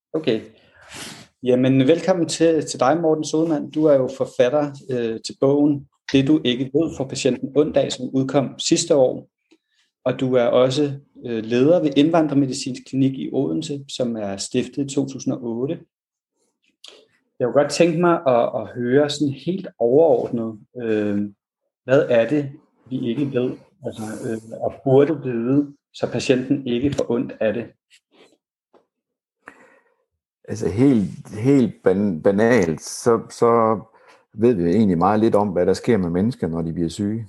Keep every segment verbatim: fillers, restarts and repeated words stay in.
Okay. Jamen, velkommen til, til dig, Morten Sodemann. Du er jo forfatter øh, til bogen Det du ikke ved får patienten ondt af, som udkom sidste år. Og du er også øh, leder ved Indvandrermedicinsk Klinik i Odense, som er stiftet i to tusind og otte. Jeg kunne godt tænke mig at, at høre sådan helt overordnet, øh, hvad er det, vi ikke ved, altså, øh, og burde vide, så patienten ikke får ondt af det? Altså helt, helt ban- banalt, så, så ved vi egentlig meget lidt om, hvad der sker med mennesker, når de bliver syge.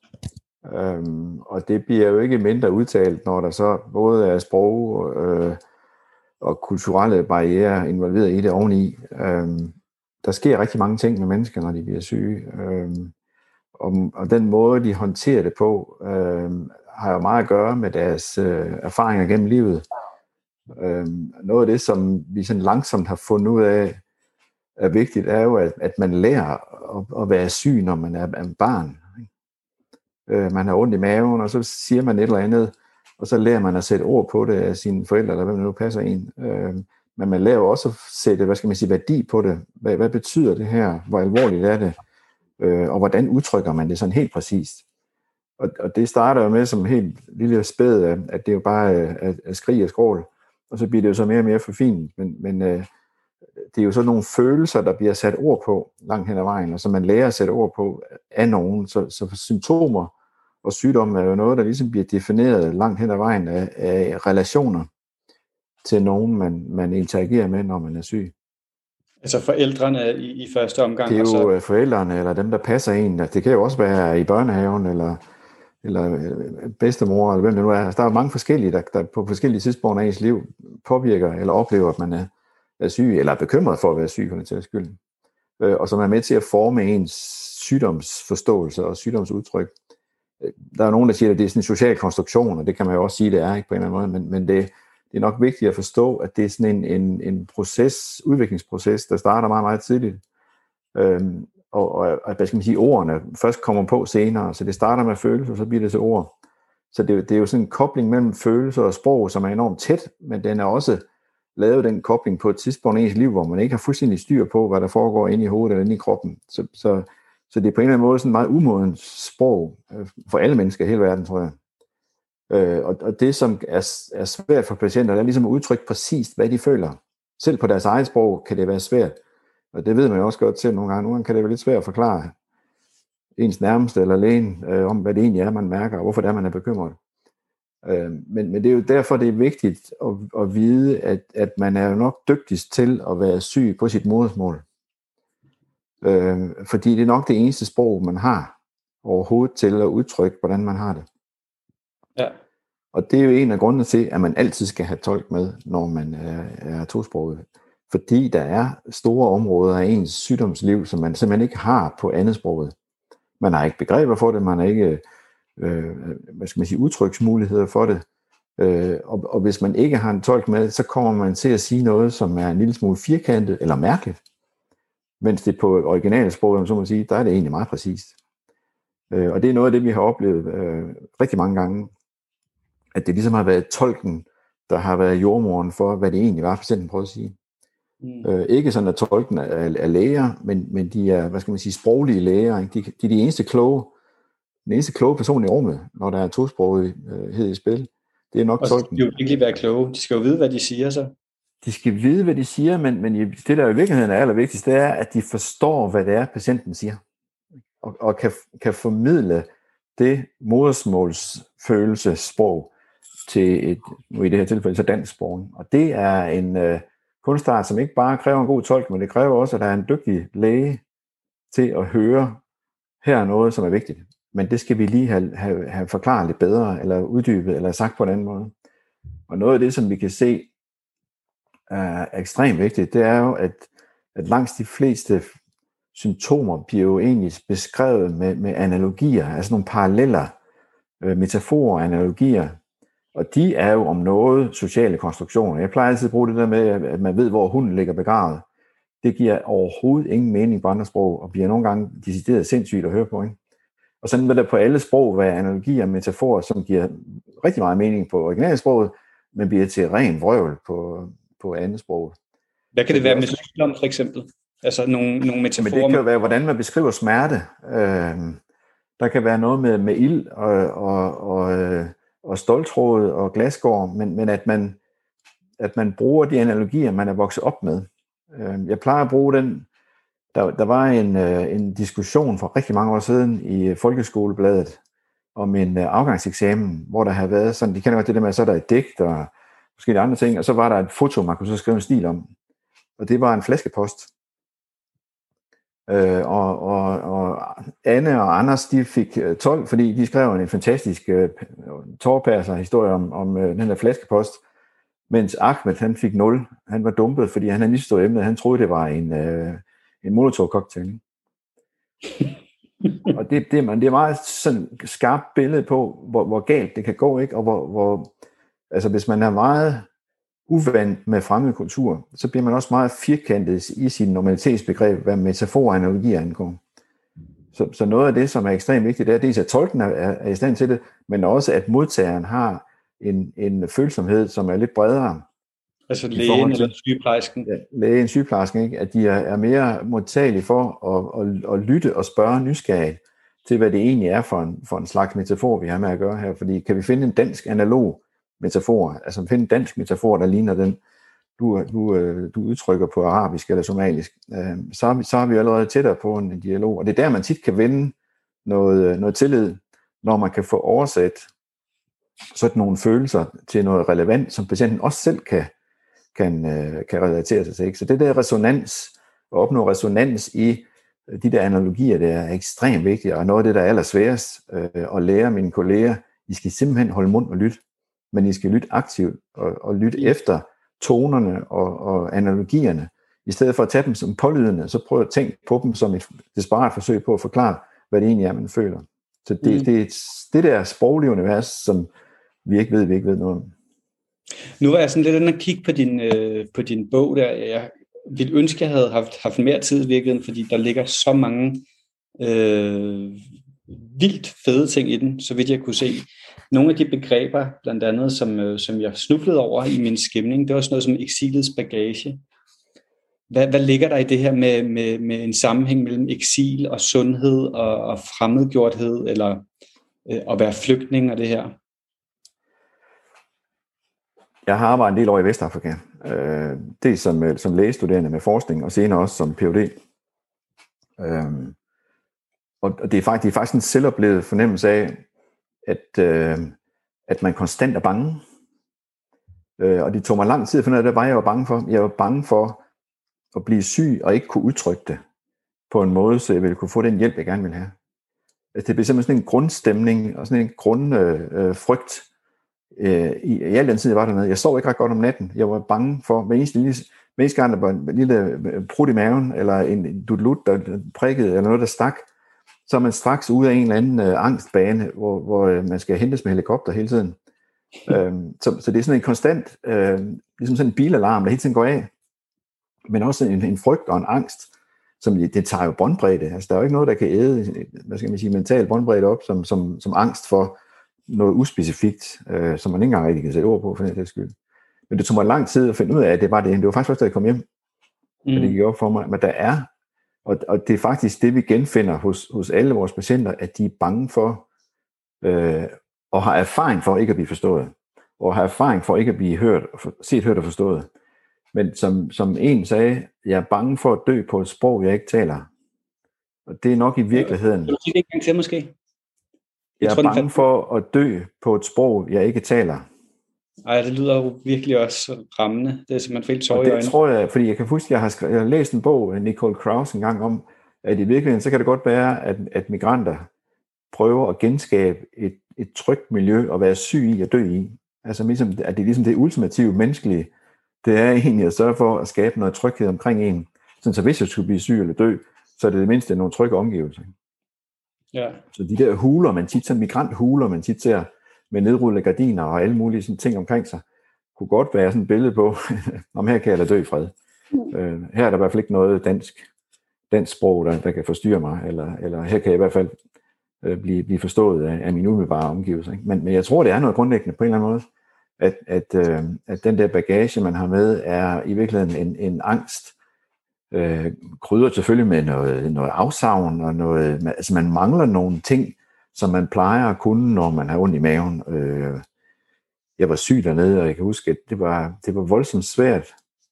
Øhm, og det bliver jo ikke mindre udtalt, når der så både er sprog øh, og kulturelle barrierer involveret i det oveni. Øhm, der sker rigtig mange ting med mennesker, når de bliver syge. Øhm, og, og den måde, de håndterer det på, øh, har jo meget at gøre med deres øh, erfaringer gennem livet. Øhm, noget af det, som vi sådan langsomt har fundet ud af, er vigtigt, er jo, at, at man lærer at, at være syg, når man er, er en barn. Øh, man har ondt i maven, og så siger man et eller andet, og så lærer man at sætte ord på det af sine forældre, eller hvem der nu passer en. Øh, men man lærer også at sætte, hvad skal man sige, værdi på det. Hvad, hvad betyder det her? Hvor alvorligt er det? Øh, og hvordan udtrykker man det sådan helt præcist? Og, og det starter jo med som helt lille spæd, at det er jo bare at, at skrige og skrål. Og så bliver det jo så mere og mere forfinet, men, men øh, det er jo så nogle følelser, der bliver sat ord på langt hen ad vejen, og som man lærer at sætte ord på af nogen. Så, så symptomer og sygdomme er jo noget, der ligesom bliver defineret langt hen ad vejen af, af relationer til nogen, man, man interagerer med, når man er syg. Altså forældrene i, i første omgang? Det er jo og så... forældrene, eller dem, der passer en. Det kan jo også være i børnehaven, eller eller bedstemor, eller hvem det nu er. Altså, der er mange forskellige, der, der på forskellige tidspunkter af ens liv påvirker eller oplever, at man er, er syg, eller er bekymret for at være syg, for den sags skyld. Øh, og som er med til at forme ens sygdomsforståelse og sygdomsudtryk. Der er nogen, der siger, at det er sådan en social konstruktion, og det kan man jo også sige, det er ikke på en eller anden måde, men, men det, det er nok vigtigt at forstå, at det er sådan en, en, en proces, udviklingsproces, der starter meget, meget tidligt. Øhm, og, og, og hvad skal man sige, ordene først kommer på senere, så det starter med følelser, så bliver det til ord. Så det, det er jo sådan en kobling mellem følelser og sprog, som er enormt tæt, men den er også lavet den kobling på et tidspunkt i ens liv, hvor man ikke har fuldstændig styr på, hvad der foregår inde i hovedet eller inde i kroppen. Så, så, så det er på en eller anden måde sådan en meget umodent sprog for alle mennesker i hele verden, tror jeg. Øh, og, og det, som er, er svært for patienter, det er ligesom at udtrykke præcist, hvad de føler. Selv på deres eget sprog kan det være svært. Og det ved man jo også godt til nogle gange. Nogle gange kan det være lidt svært at forklare ens nærmeste eller lægen øh, om, hvad det egentlig er, man mærker, og hvorfor det er, man er bekymret. Øh, men, men det er jo derfor, det er vigtigt at, at vide, at, at man er jo nok dygtigst til at være syg på sit modersmål. Øh, fordi det er nok det eneste sprog, man har overhovedet til at udtrykke, hvordan man har det. Ja. Og det er jo en af grundene til, at man altid skal have tolk med, når man er, er tosproget. Fordi der er store områder af ens sygdomsliv, som man simpelthen ikke har på andet sproget. Man har ikke begreber for det, man har ikke øh, hvad skal man sige, udtryksmuligheder for det. Øh, og, og hvis man ikke har en tolk med, så kommer man til at sige noget, som er en lille smule firkantet eller mærkeligt. Mens det på originale sprog, så må man sige, der er det egentlig meget præcist. Øh, og det er noget af det, vi har oplevet øh, rigtig mange gange, at det ligesom har været tolken, der har været jordmoren for, hvad det egentlig var, patienten prøvede at sige. Mm. Øh, ikke sådan, at tolken er, er læger, men, men de er, hvad skal man sige, sproglige læger. Ikke? De, de er de eneste kloge, den eneste kloge person i rummet, når der er tosprogighed i spil. Det er nok og tolken. De skal jo virkelig være kloge. De skal jo vide, hvad de siger så. De skal vide, hvad de siger, men, men det, der i virkeligheden er allervigtigst, det er, at de forstår, hvad det er, patienten siger. Og, og kan, kan formidle det modersmålsfølelsessprog til et, nu i det her tilfælde, så dansk sprog. Og det er en øh, kunstart, som ikke bare kræver en god tolk, men det kræver også, at der er en dygtig læge til at høre, her er noget, som er vigtigt. Men det skal vi lige have, have, have forklaret lidt bedre, eller uddybet, eller sagt på en anden måde. Og noget af det, som vi kan se er ekstremt vigtigt, det er jo, at, at langt de fleste symptomer bliver jo egentlig beskrevet med, med analogier, altså nogle paralleller, øh, metaforer, analogier. Og de er jo om noget sociale konstruktioner. Jeg plejer altid at bruge det der med, at man ved, hvor hunden ligger begravet. Det giver overhovedet ingen mening på andre sprog, og bliver nogle gange decideret sindssygt at høre på. Ikke? Og sådan vil der på alle sprog være analogier og metaforer, som giver rigtig meget mening på originalsproget, men bliver til ren vrøvl på, på andet sprog. Hvad kan det være med sygdom for eksempel? Altså nogle, nogle metaforer? Men det kan jo være, hvordan man beskriver smerte. Øh, der kan være noget med, med ild og, og, og, og ståltråd og glasgård, men, men at, man, at man bruger de analogier, man er vokset op med. Øh, jeg plejer at bruge den. Der, der var en, en diskussion for rigtig mange år siden i Folkeskolebladet om en afgangseksamen, hvor der havde været sådan, de kender godt det der med, at så er der et digt og forskellige andre ting, og så var der et foto, man kunne så skrive en stil om. Og det var en flaskepost. Øh, og, og, og Anne og Anders, de fik tolv, fordi de skrev en fantastisk uh, tårpærser historie om, om uh, den der flaskepost, mens Ahmed, han fik nul. Han var dumpet, fordi han havde misforstået emnet. Han troede, det var en, uh, en molotov-cocktail. Og det, det, det er meget sådan skarpt billede på, hvor, hvor galt det kan gå, ikke? Og hvor, hvor, altså hvis man er meget uvant med fremmed kultur, så bliver man også meget firkantet i sin normalitetsbegreb, hvad metaforer og analogier angår. Så, så noget af det, som er ekstremt vigtigt, det er dels, at tolken er, er i stand til det, men også, at modtageren har en, en følsomhed, som er lidt bredere. Altså lægen eller sygeplejersken? Ja, lægen, sygeplejersken, ikke? At de er, er mere modtagelige for at, at, at lytte og spørge nysgerrigt til, hvad det egentlig er for en, for en slags metafor, vi har med at gøre her. Fordi kan vi finde en dansk analog metafor, altså finde en dansk metafor, der ligner den, du, du, du udtrykker på arabisk eller somalisk, så er, vi, så er vi allerede tættere på en dialog. Og det er der, man tit kan vinde noget, noget tillid, når man kan få oversat sådan nogle følelser til noget relevant, som patienten også selv kan, kan, kan relatere sig til. Ikke? Så det der resonans, at opnå resonans i de der analogier, det er ekstremt vigtigt, og noget af det, der er allersværest øh, at lære mine kolleger, I skal simpelthen holde mund og lytte, men I skal lytte aktivt og, og lytte efter tonerne og, og analogierne. I stedet for at tage dem som pålydende, så prøv at tænke på dem som et desperat forsøg på at forklare, hvad det egentlig er, man føler. Så det, mm. det er det der sproglige univers, som vi ikke ved, vi ikke ved noget om. Nu er jeg sådan lidt inde at kigge på din, øh, på din bog der. Jeg ville ønske, jeg havde haft, haft mere tid i virkeligheden, fordi der ligger så mange øh, vildt fede ting i den, så vidt jeg kunne se. Nogle af de begreber, blandt andet, som, øh, som jeg snublede over i min skimning, det var sådan noget som eksilets bagage. Hvad, hvad ligger der i det her med, med, med en sammenhæng mellem eksil og sundhed og, og fremmedgjorthed, eller øh, at være flygtning og det her? Jeg har arbejdet en del år i Vestafrika. Øh, det som, som lægestuderende med forskning, og senere også som P H D. Øh, og det er, faktisk, det er faktisk en selvoplevet fornemmelse af, at, øh, at man konstant er bange. Øh, og det tog mig lang tid at finde ud af, hvad var jeg var bange for. Jeg var bange for at blive syg og ikke kunne udtrykke det på en måde, så jeg ville kunne få den hjælp, jeg gerne ville have. Altså, det blev simpelthen sådan en grundstemning og sådan en grundfrygt. Øh, øh, I, I al den tid, jeg var dernede. Jeg sov ikke ret godt om natten. Jeg var bange for, hver eneste lille, hver eneste gang, der var en lille prut i maven, eller en dutlut, der prikkede, eller noget, der stak, så er man straks ude af en eller anden øh, angstbane, hvor, hvor øh, man skal hentes med helikopter hele tiden. øhm, så, så det er sådan en konstant, øh, ligesom sådan en bilalarm, der hele tiden går af, men også en, en frygt og en angst, som det, det tager jo båndbredde. Altså, der er jo ikke noget, der kan æde, hvad skal man sige, mental båndbredde op, som, som, som angst for noget uspecifikt, øh, som man ikke engang rigtig kan sætte ord på, for den sags skyld. Men det tog mig lang tid at finde ud af, at det var det. Det var faktisk først, da jeg kom hjem, mm. at det gik op for mig. Men der er, og, og det er faktisk det, vi genfinder hos, hos alle vores patienter, at de er bange for, øh, og har erfaring for ikke at blive forstået, og har erfaring for ikke at blive hørt, set, hørt og forstået. Men som, som en sagde, jeg er bange for at dø på et sprog, jeg ikke taler. Og det er nok i virkeligheden. Kan du sige det en gang til, måske? Jeg, jeg er bange for at dø på et sprog, jeg ikke taler. Ej, det lyder jo virkelig også rammende. Det er simpelthen helt tår i øjnene. Det tror jeg, fordi jeg kan huske, jeg har, skrevet, jeg har læst en bog, Nicole Krauss en gang om, at i virkeligheden, så kan det godt være, at, at migranter prøver at genskabe et, et trygt miljø og være syg i og dø i. Altså ligesom, at det er ligesom det ultimative menneskelige, det er egentlig at sørge for at skabe noget tryghed omkring en. Sådan, så hvis jeg skulle blive syg eller dø, så er det det mindste nogle trygge omgivelser. Ja. Så de der huler, man tit, sådan migranthuler, man tit ser med nedrullede gardiner og alle mulige sådan ting omkring sig, kunne godt være sådan et billede på, om her kan jeg lade dø i fred. Mm. Øh, her er der i hvert fald ikke noget dansk, dansk sprog, der, der kan forstyrre mig, eller, eller her kan jeg i hvert fald øh, blive, blive forstået af, af mine umiddelbare omgivelser. Ikke? Men, men jeg tror, det er noget grundlæggende på en eller anden måde, at, at, øh, at den der bagage, man har med, er i virkeligheden en, en angst, øh, krydret selvfølgelig med noget, noget afsavn, og noget, altså man mangler nogle ting, som man plejer at kunne, når man har ondt i maven. Øh, jeg var syg dernede, og jeg kan huske, at det var, det var voldsomt svært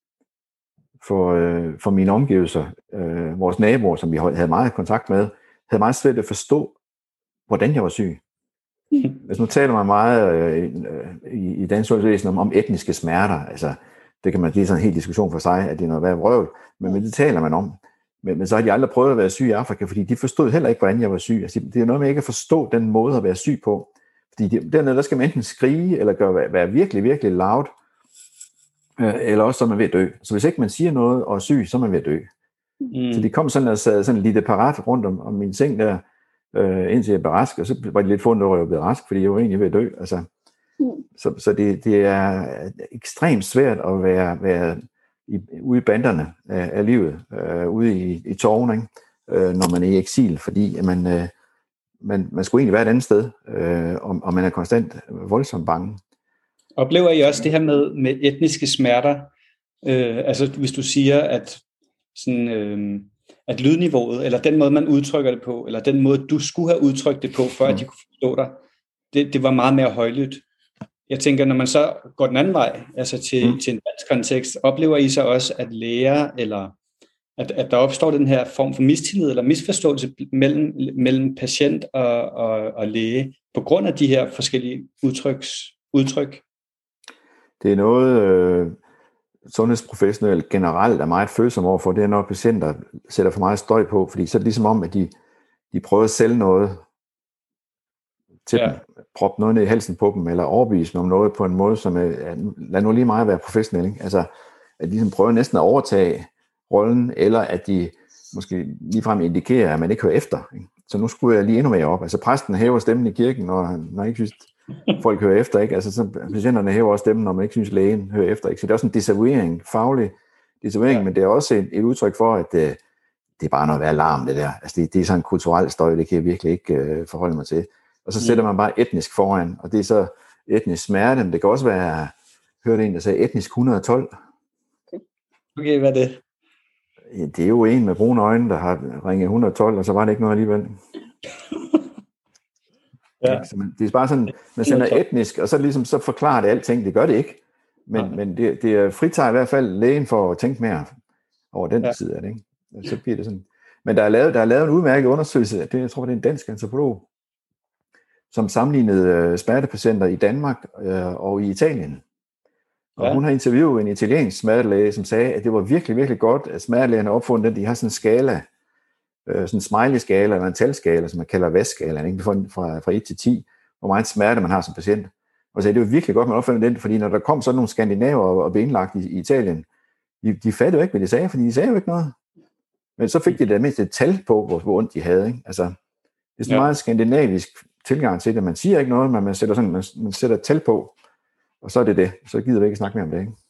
for, øh, for mine omgivelser. Øh, vores naboer, som vi havde meget kontakt med, havde meget svært at forstå, hvordan jeg var syg. Altså, nu taler man meget øh, i, i dansk sundhedsvæsen om, om etniske smerter. Altså, det kan man det er sådan en hel diskussion for sig, at det er noget værd vrøvl, men, men det taler man om. Men, men så har de aldrig prøvet at være syg i Afrika, fordi de forstod heller ikke, hvordan jeg var syg. Altså, det er noget med ikke at forstå den måde at være syg på. Fordi de, dernede, der skal man enten skrige, eller gøre, være virkelig, virkelig loud, øh, eller også så er man ved at dø. Så hvis ikke man siger noget og er syg, så er man ved at dø. Mm. Så de kom sådan og sad sådan lidt parat rundt om, om min seng der, øh, indtil jeg blev rask, og så var de lidt fundet over, at jeg blev rask, fordi jeg var egentlig ved at dø. Altså, mm. Så, så det, det er ekstremt svært at være, være i, ude i banderne af, af livet, øh, ude i, i torven, ikke? Øh, når man er i eksil, fordi man, øh, man, man skulle egentlig være et andet sted, øh, og, og man er konstant voldsomt bange. Oplever I også det her med, med etniske smerter? Øh, altså hvis du siger, at, sådan, øh, at lydniveauet, eller den måde, man udtrykker det på, eller den måde, du skulle have udtrykt det på, for mm. at de kunne forstå dig, det, det var meget mere højlydt. Jeg tænker, når man så går den anden vej, altså til, mm. til en dansk kontekst, oplever I så også, at læger, eller at, at der opstår den her form for mistillid eller misforståelse mellem, mellem patient og, og, og læge, på grund af de her forskellige udtryks, udtryk? Det er noget, øh, sundhedsprofessionelle generelt er meget følsomme overfor, det er, når patienter sætter for meget støj på, fordi så er det ligesom om, at de, de prøver at sælge noget til ja. dem, proppe noget ned i halsen på dem, eller overbevise dem om noget på en måde, som er, lad nu lige meget være professionel, ikke? Altså, at de ligesom prøver næsten at overtage rollen, eller at de måske ligefrem indikerer, at man ikke hører efter, ikke? Så nu skulle jeg lige endnu mere op. Altså præsten hæver stemmen i kirken, når, når ikke synes, folk hører efter, ikke? Altså så patienterne hæver også stemmen, når man ikke synes, lægen hører efter, ikke? Så det er også en desavouering, faglig desavouering, ja. Men det er også et, et udtryk for, at uh, det er bare noget værd larm, det der. Altså det, det er sådan en kulturel støj, det kan jeg virkelig ikke uh, forholde mig til. Og så sætter man bare etnisk foran, og det er så etnisk smerte, men det kan også være, hørte en, der sagde etnisk et hundrede og tolv. Okay, hvad er det? Det er jo en med brune øjne, der har ringet et hundrede og tolv, og så var det ikke noget alligevel. Ja. Så man, det er bare sådan, man sender etnisk, og så ligesom så forklarer det alting. Det gør det ikke, men, ja. men det, det fritager i hvert fald lægen for at tænke mere over den ja. side af det, ikke? Så bliver det sådan. Men der er lavet, der er lavet en udmærket undersøgelse, det, jeg tror, det er en dansk antropolog, som sammenlignede smertepatienter i Danmark øh, og i Italien. Og ja. hun har interviewet en italiensk smertelæge, som sagde, at det var virkelig, virkelig godt, at smertelægerne har opfundet den. De har sådan en skala, øh, sådan en smiley-skala, eller en talskala, som man kalder V A S-skalaen, ikke? Fra, fra et til ti, hvor meget smerte man har som patient. Og så det var virkelig godt, at man opfandt den, fordi når der kom sådan nogle skandinaver og blev indlagt i, i Italien, de, de fattede jo ikke, hvad de sagde, fordi de sagde jo ikke noget. Men så fik de det mindst et tal på, hvor, hvor ondt de havde, ikke? Altså, det er sådan en ja. meget skandinavisk tilgang til det. Man siger ikke noget, men man sætter, sådan, man, man sætter et tal på, og så er det det. Så gider vi ikke snakke mere om det, ikke?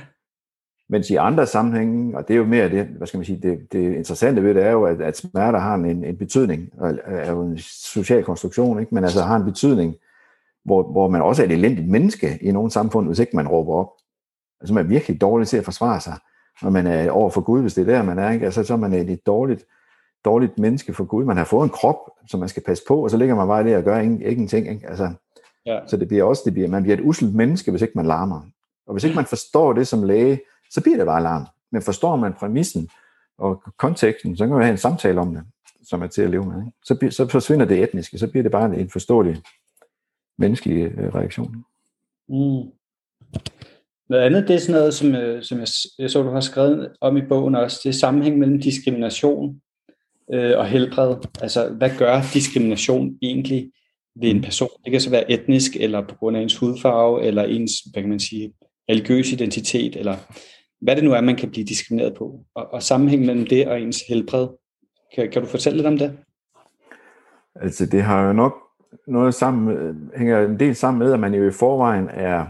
Mens i andre sammenhænge, og det er jo mere det, hvad skal man sige, det, det interessante ved det er jo, at, at smerter har en, en betydning, og er jo en social konstruktion, ikke? Men altså har en betydning, hvor, hvor man også er et elendigt menneske i nogle samfund, hvis ikke man råber op. Altså man er virkelig dårlig til at forsvare sig, når man er over for Gud, hvis det er der, man er, ikke? Altså så er man et dårligt, dårligt menneske for Gud. Man har fået en krop, som man skal passe på, og så ligger man bare der og gør ingenting, ikke? Altså, ja. Så det bliver også, det bliver, man bliver et usselt menneske, hvis ikke man larmer. Og hvis ikke man forstår det som læge, så bliver det bare larm. Men forstår man præmissen og konteksten, så kan man have en samtale om det, som er til at leve med, ikke? Så, så forsvinder det etniske, så bliver det bare en forståelig menneskelig reaktion. Mm. Noget andet, det er sådan noget, som, som jeg, jeg så, du har skrevet om i bogen også, det er sammenhæng mellem diskrimination øh, og helbred. Altså, hvad gør diskrimination egentlig ved en person? Det kan så være etnisk, eller på grund af ens hudfarve, eller ens, hvad kan man sige, religiøs identitet, eller hvad det nu er, man kan blive diskrimineret på. Og, og sammenhæng mellem det og ens helbred. Kan, kan du fortælle lidt om det? Altså, det har jo nok noget sammen, hænger en del sammen med, at man jo i forvejen er,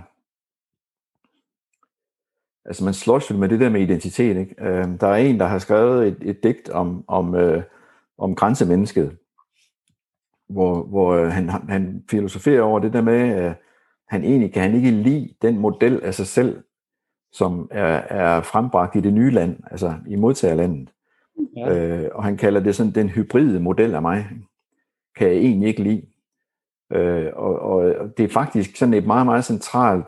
altså man slås jo med det der med identitet, ikke? Der er en, der har skrevet et, et digt om, om, øh, om grænsemennesket, hvor, hvor han, han filosoferer over det der med, øh, han egentlig kan han ikke lide den model af sig selv, som er, er frembragt i det nye land, altså i modtagerlandet. Ja. Øh, og han kalder det sådan den hybride model af mig, kan jeg egentlig ikke lide. Øh, og, og det er faktisk sådan et meget, meget centralt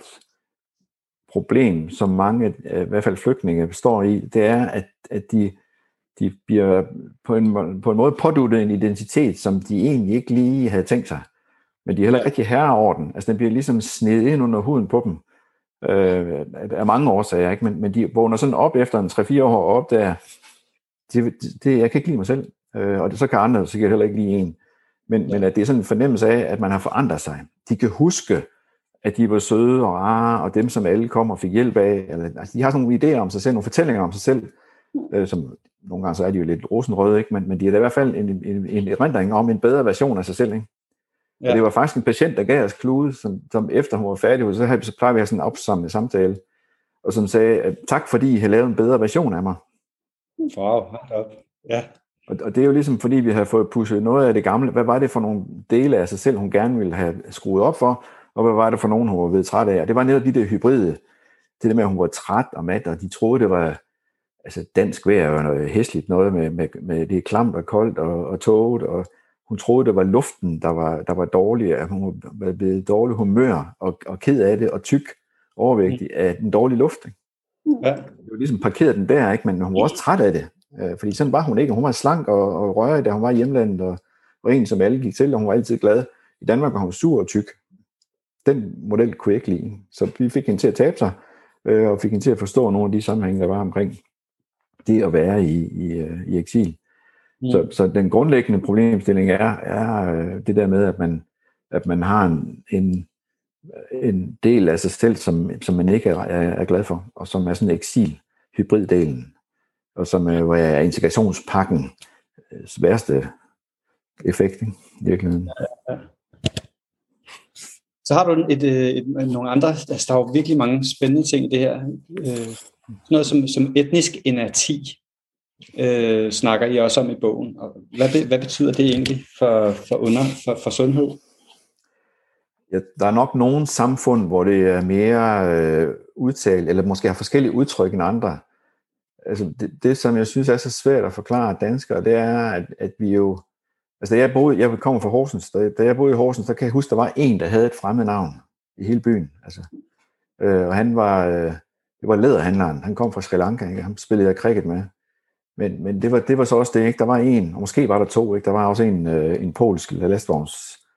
problem, som mange, i hvert fald flygtninge, står i, det er, at, at de, de bliver på en, på en måde påduttet en identitet, som de egentlig ikke lige havde tænkt sig. Men de er heller ikke rigtig herre over den. Altså den bliver ligesom snedet ind under huden på dem, øh, af mange årsager, ikke? Men, men de vågner sådan op efter en tre fire år og opdager, det, det, jeg kan ikke lide mig selv, øh, og det, så kan andre sikkert heller ikke lide en. Men, ja. men at det er sådan en fornemmelse af, at man har forandret sig. De kan huske, at de var søde og rare, og dem, som alle kom og fik hjælp af. Eller, altså, de har sådan nogle idéer om sig selv, nogle fortællinger om sig selv, øh, som nogle gange så er de jo lidt rosenrøde, ikke? Men, men de er da i hvert fald en, en, en erindring om en bedre version af sig selv. Ikke? Ja. Og det var faktisk en patient, der gav os klude, som, som efter hun var færdig, så, så plejer vi at have sådan en opsamlet samtale, og som sagde, at tak fordi I har lavet en bedre version af mig. Wow, hold op. Ja. Og, og det er jo ligesom fordi, vi har fået pushet noget af det gamle. Hvad var det for nogle dele af sig selv, hun gerne ville have skruet op for, og hvad var det for nogen, hun var ved træt af? Og det var netop de der hybride. Det der med, at hun var træt og mat, og de troede, det var altså dansk vejr og noget hæsligt noget med, med, med det klamt og koldt og, og tåget, og hun troede, det var luften, der var, der var dårlig, at hun var blevet dårlig humør og, og ked af det, og tyk, overvægtig af den dårlige luft. Ikke? Ja. Det var ligesom parkeret den der, ikke? Men hun var også træt af det. Fordi sådan var hun ikke. Hun var slank og, og rørig, da hun var i hjemlandet, og, og en, som alle gik til, og hun var altid glad. I Danmark var hun sur og tyk. Den model kunne jeg ikke lide. Så vi fik hende til at tabe sig, øh, og fik hende til at forstå nogle af de sammenhænge, der var omkring det at være i, i, i eksil. Mm. Så, så den grundlæggende problemstilling er, er det der med, at man, at man har en, en, en del af sig selv, som, som man ikke er, er glad for, og som er sådan en eksil-hybriddelen, og som er integrationspakkens værste effekt, ikke? I virkeligheden. Ja, ja. Så har du et, et, et, nogle andre, altså der er jo virkelig mange spændende ting i det her. Øh, noget som, som etnisk inerti øh, snakker I også om i bogen. Og hvad, hvad betyder det egentlig for, for, under, for, for sundhed? Ja, der er nok nogle samfund, hvor det er mere øh, udtalt, eller måske har forskellige udtryk end andre. Altså det, det, som jeg synes er så svært at forklare danskere, det er, at, at vi jo... Altså da jeg boede, jeg kommer fra Horsens, da, da jeg boede i Horsens, der kan jeg huske, der var en, der havde et fremmed navn i hele byen. Altså, øh, og han var, øh, det var læderhandleren, han kom fra Sri Lanka, ikke? Han spillede jeg cricket med. Men, men det, var, det var så også det, ikke? Der var en, og måske var der to, ikke? Der var også en, øh, en polsk lastvogns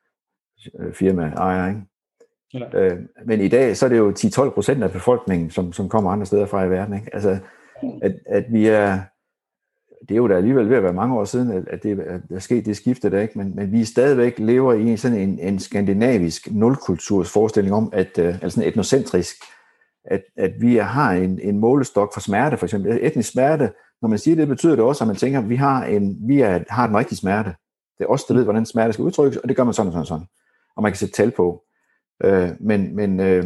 øh, firma ejer, ikke? Ja. Øh, men i dag, så er det jo ti til tolv procent af befolkningen, som, som kommer andre steder fra i verden, ikke? Altså, at, at vi er... Det er jo da alligevel ved at være mange år siden, at det er sket det skifte der, ikke? Men, men vi stadigvæk lever i sådan en, en skandinavisk nulkulturs forestilling om, at, altså sådan etnocentrisk, at, at vi har en, en målestok for smerte, for eksempel etnisk smerte. Når man siger det, betyder det også, at man tænker, at vi har en, vi er, har den rigtige smerte. Det er os, der ved, hvordan smerte skal udtrykkes, og det gør man sådan og sådan og sådan. Og man kan sætte tal på. Øh, men men øh,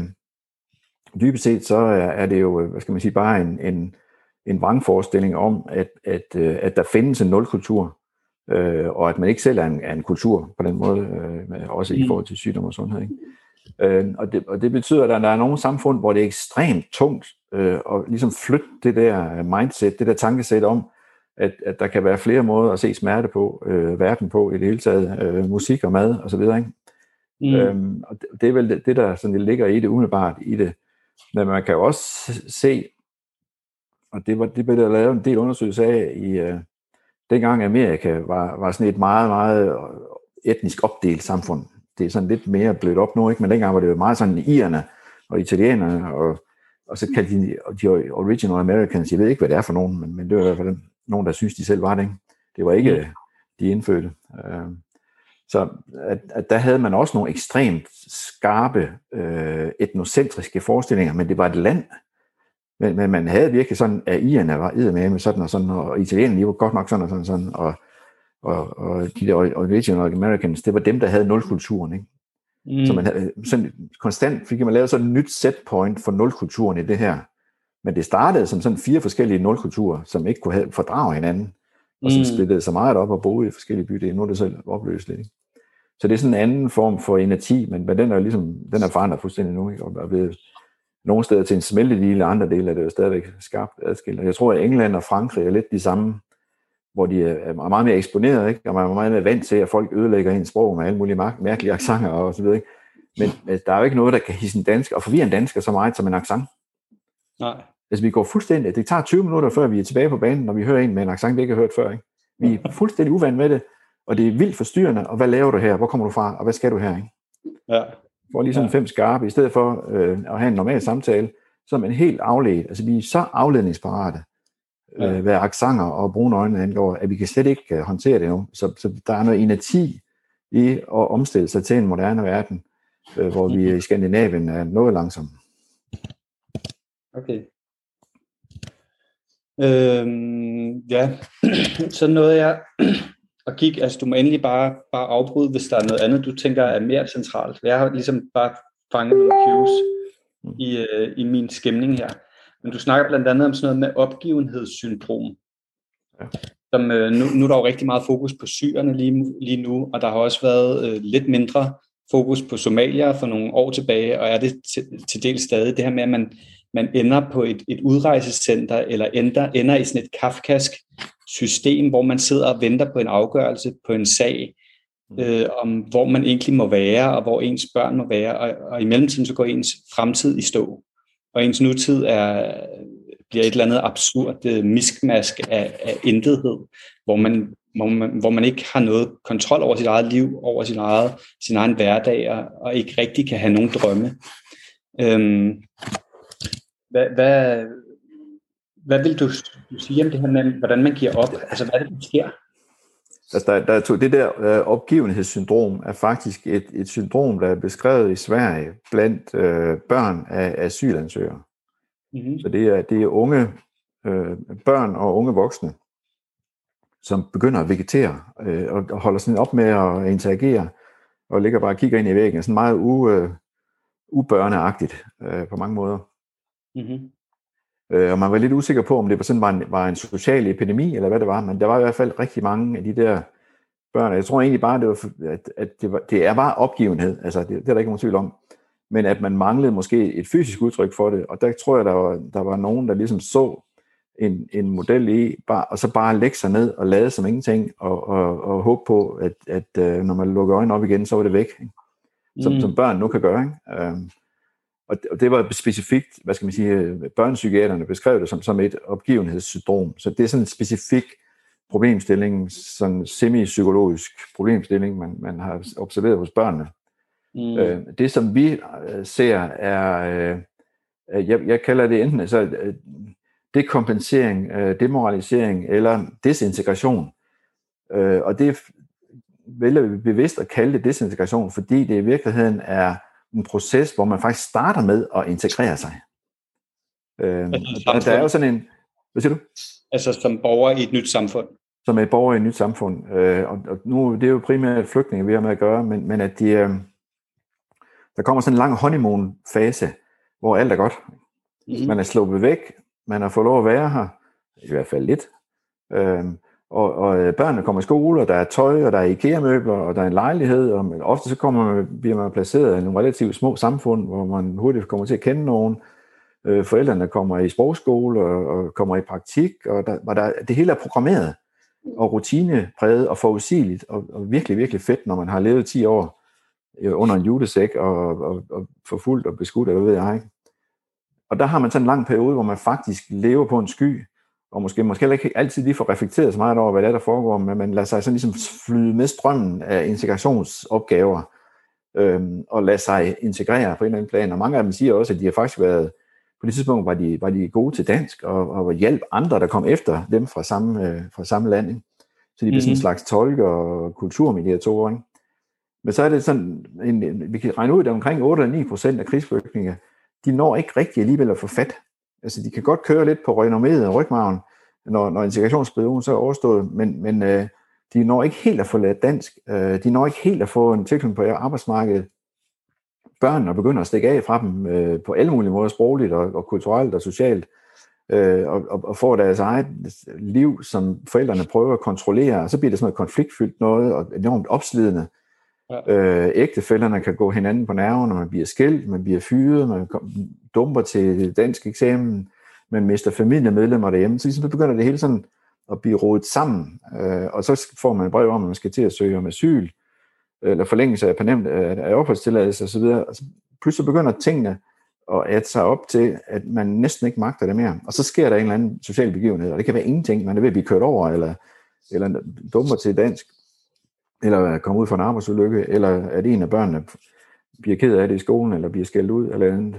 dybest set så er, er det jo, hvad skal man sige, bare en, en en vrangforestilling om, at, at, at der findes en nulkultur, øh, og at man ikke selv er en, er en kultur på den måde, øh, også i forhold til sygdom og sundhed. Ikke? Øh, og, det, og det betyder, at der er nogle samfund, hvor det er ekstremt tungt øh, at ligesom flytte det der mindset, det der tankesæt om, at, at der kan være flere måder at se smerte på, øh, verden på i det hele taget, øh, musik og mad osv. Mm. Øhm, og det, det er vel det, det der sådan, det ligger i det umiddelbart i det. Men man kan jo også se, og det, var, det blev der lavet en del undersøgelser af i øh, dengang Amerika var, var sådan et meget, meget etnisk opdelt samfund. Det er sådan lidt mere blødt op nu, ikke? Men dengang var det jo meget sådan irerne og italienerne, og, og så kaldte de de original Americans, jeg ved ikke, hvad det er for nogen, men, men det var i hvert fald nogen, der synes de selv var det, ikke? Det var ikke de indfødte. Øh, så at, at der havde man også nogle ekstremt skarpe øh, etnocentriske forestillinger, men det var et land. Men, men man havde virkelig sådan, at irerne var eddermame sådan og sådan, og italienerne var godt nok sådan og sådan, sådan og, og, og de der original Americans, det var dem, der havde nulkulturen, ikke? Mm. Så man havde sådan konstant, fik man lavet sådan et nyt setpoint for nulkulturen i det her. Men det startede som sådan fire forskellige nulkulturer, som ikke kunne have, fordrage hinanden, og som mm. splittede så meget op og boede i forskellige byer. Nu er det så opløst lidt, ikke? Så det er sådan en anden form for energi, men, men den er ligesom, den er forandret fuldstændig nu, ikke? Og er blevet nogle steder til en smeltedigel, og andre dele er det jo stadigvæk skarpt adskilt. Og jeg tror, at England og Frankrig er lidt de samme, hvor de er meget mere eksponeret, ikke? Og man er meget mere vant til, at folk ødelægger ens sprog med alle mulige mærkelige accenter og så videre, ikke? Men der er jo ikke noget, der kan hisse en dansker, og forvirre en dansker så meget som en accent. Nej. Altså vi går fuldstændig, det tager tyve minutter, før vi er tilbage på banen, når vi hører en med en accent, vi ikke har hørt før, ikke? Vi er fuldstændig uvant med det, og det er vildt forstyrrende, og hvad laver du her, hvor kommer du fra, og hvad skal du her, ikke? Ja. For lige sådan ja. fem skarpe, i stedet for øh, at have en normal samtale, så er man helt afledt, altså vi er så afledningsparate, øh, hvad accenter og brune øjne angår, at vi kan slet ikke uh, håndtere det nu, så, så der er noget energi i at omstille sig til en moderne verden, øh, hvor vi i Skandinavien er noget langsomme. Okay. Øhm, ja, så nåede jeg at kigge, altså du må endelig bare, bare afbryde, hvis der er noget andet, du tænker er mere centralt. Jeg har ligesom bare fanget nogle cues i, øh, i min skæmning her. Men du snakker blandt andet om sådan noget med opgivenhedssyndrom. Ja. Som, øh, nu, nu er der jo rigtig meget fokus på syrerne lige, lige nu, og der har også været øh, lidt mindre fokus på somalier for nogle år tilbage, og er det til, til del stadig det her med, at man man ender på et, et udrejsecenter, eller ender, ender i sådan et kafkask system, hvor man sidder og venter på en afgørelse på en sag, øh, om hvor man egentlig må være, og hvor ens børn må være, og, og i mellemtiden så går ens fremtid i stå. Og ens nutid er, bliver et eller andet absurd øh, miskmask af, af intethed, hvor man, hvor, man, hvor man ikke har noget kontrol over sit eget liv, over sin, eget, sin egen hverdag, og, og ikke rigtig kan have nogen drømme. Øhm, Hvad, hvad, hvad vil du, du sige om det her med, hvordan man giver op? Altså, hvad er det, der sker? Altså, der, der er to, det der øh, opgivenhedssyndrom er faktisk et, et syndrom, der er beskrevet i Sverige blandt øh, børn af asylansøgere. Mm-hmm. Så det er, det er unge øh, børn og unge voksne, som begynder at vegetere øh, og, og holder sådan op med at interagere og ligger bare og kigger ind i væggen. Sådan meget u, øh, ubørneagtigt øh, på mange måder. Mm-hmm. Øh, og man var lidt usikker på, om det sådan var en, var en social epidemi, eller hvad det var, men der var i hvert fald rigtig mange af de der børn. Jeg tror egentlig bare, det var, at, at det, var, det er bare opgivenhed, altså det, det er der ikke nogen tvivl om, men at man manglede måske et fysisk udtryk for det, og der tror jeg, der var, der var nogen, der ligesom så en, en model i, bare, og så bare lægge sig ned og lade som ingenting, og, og, og håbe på, at, at når man lukker øjnene op igen, så var det væk, ikke? Som, mm. som børn nu kan gøre, ikke? Um, Og det var specifikt, hvad skal man sige, børnepsykiaterne beskrev det som, som et opgivenhedssyndrom. Så det er sådan en specifik problemstilling, sådan en semi-psykologisk problemstilling, man, man har observeret hos børnene. Mm. Øh, det, som vi ser, er, øh, jeg, jeg kalder det enten altså, dekompensering, øh, demoralisering eller desintegration. Øh, og det vælger vi bevidst at kalde det desintegration, fordi det i virkeligheden er en proces, hvor man faktisk starter med at integrere sig. Øh, der, der er jo sådan en... Hvad siger du? Altså som borger i et nyt samfund. Som et borger i et nyt samfund. Øh, og, og nu det er jo primært flygtninge, vi har med at gøre, men, men at de, øh, der kommer sådan en lang honeymoon-fase, hvor alt er godt. Mm-hmm. Man er sluppet væk, man har fået lov at være her, i hvert fald lidt. Øh, Og, og børnene kommer i skole, og der er tøj, og der er IKEA-møbler, og der er en lejlighed, og ofte så kommer man, bliver man placeret i nogle relativt små samfund, hvor man hurtigt kommer til at kende nogen. Øh, forældrene kommer i sprogskole og, og kommer i praktik, og der, og der, det hele er programmeret og rutinepræget og forudsigeligt, og, og virkelig, virkelig fedt, når man har levet ti år under en julesæk og, og, og forfulgt og beskudt, eller hvad ved jeg, ikke? Og der har man sådan en lang periode, hvor man faktisk lever på en sky, og måske, måske ikke altid lige får reflekteret så meget over, hvad det er, der foregår, men man lader sig sådan ligesom flyde med strømmen af integrationsopgaver, øhm, og lader sig integrere på en eller anden plan. Og mange af dem siger også, at de har faktisk været, på det tidspunkt var de, var de gode til dansk, og, og hjælp andre, der kom efter dem fra samme, øh, fra samme land, ikke? Så de blev mm-hmm. sådan en slags tolker og kulturmediatorer, ikke? Men så er det sådan, en, vi kan regne ud, at omkring otte eller ni procent af krigsflygtninge, de når ikke rigtig alligevel at få fat. Altså, de kan godt køre lidt på renomméet og rygmarven, når, når integrationsperioden så er overstået, men, men øh, de når ikke helt at få lært dansk. Øh, de når ikke helt at få en tilknytning på arbejdsmarkedet. Børnene begynder at stikke af fra dem øh, på alle mulige måder, sprogligt og, og kulturelt og socialt, øh, og, og, og får deres eget liv, som forældrene prøver at kontrollere, og så bliver det sådan noget konfliktfyldt noget, og enormt opslidende. Ja. Øh, ægtefællerne kan gå hinanden på nerven, når man bliver skilt, man bliver fyret, man dumper til dansk eksamen, man mister familiemedlemmer derhjemme. Så ligesom begynder det hele sådan at blive rodet sammen, øh, og så får man et brev om, at man skal til at søge om asyl, eller forlængelse af, af opholdstilladelse osv. Og så pludselig begynder tingene at adde sig op til, at man næsten ikke magter det mere. Og så sker der en eller anden social begivenhed, og det kan være ingenting, man er ved at blive kørt over, eller, eller dumper til dansk, eller kommer ud for en arbejdsulykke, eller at en af børnene bliver ked af det i skolen, eller bliver skældt ud, eller andet.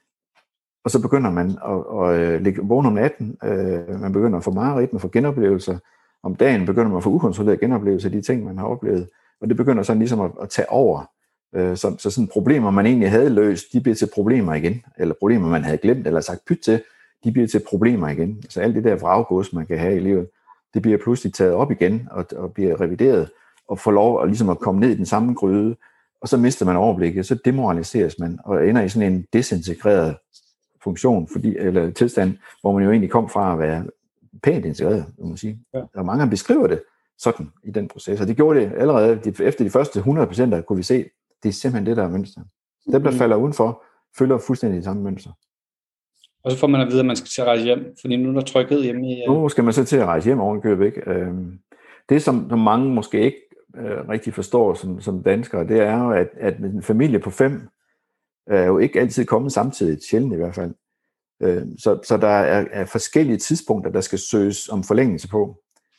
Og så begynder man at, at ligge vågen om natten, øh, man begynder at få mareridt, man får genoplevelser. Om dagen begynder man at få ukontrollerede genoplevelser af de ting, man har oplevet. Og det begynder sådan ligesom at, at tage over. Øh, så, så sådan problemer, man egentlig havde løst, de bliver til problemer igen. Eller problemer, man havde glemt eller sagt pyt til, de bliver til problemer igen. Så alt det der vraggods, man kan have i livet, det bliver pludselig taget op igen og, og bliver revideret og får lov at, ligesom at komme ned i den samme gryde. Og så mister man overblikket, så demoraliseres man og ender i sådan en desintegreret funktion, fordi, eller tilstand, hvor man jo egentlig kom fra at være pænt integreret, må man sige. Ja. Og mange beskriver det sådan i den proces, og det gjorde det allerede efter de første hundrede patienter, kunne vi se, det er simpelthen det, der er mønster. Dem, der falder udenfor, følger fuldstændig det samme mønster. Og så får man at vide, at man skal til at rejse hjem, fordi nu er der trykket hjemme i... Nu skal man så til at rejse hjem ovenkøbet, ikke? Det, som, som mange måske ikke øh, rigtig forstår som, som danskere, det er jo, at, at en familie på fem er jo ikke altid kommet samtidig, sjældent i hvert fald. Så, så der er, er forskellige tidspunkter, der skal søges om forlængelse på.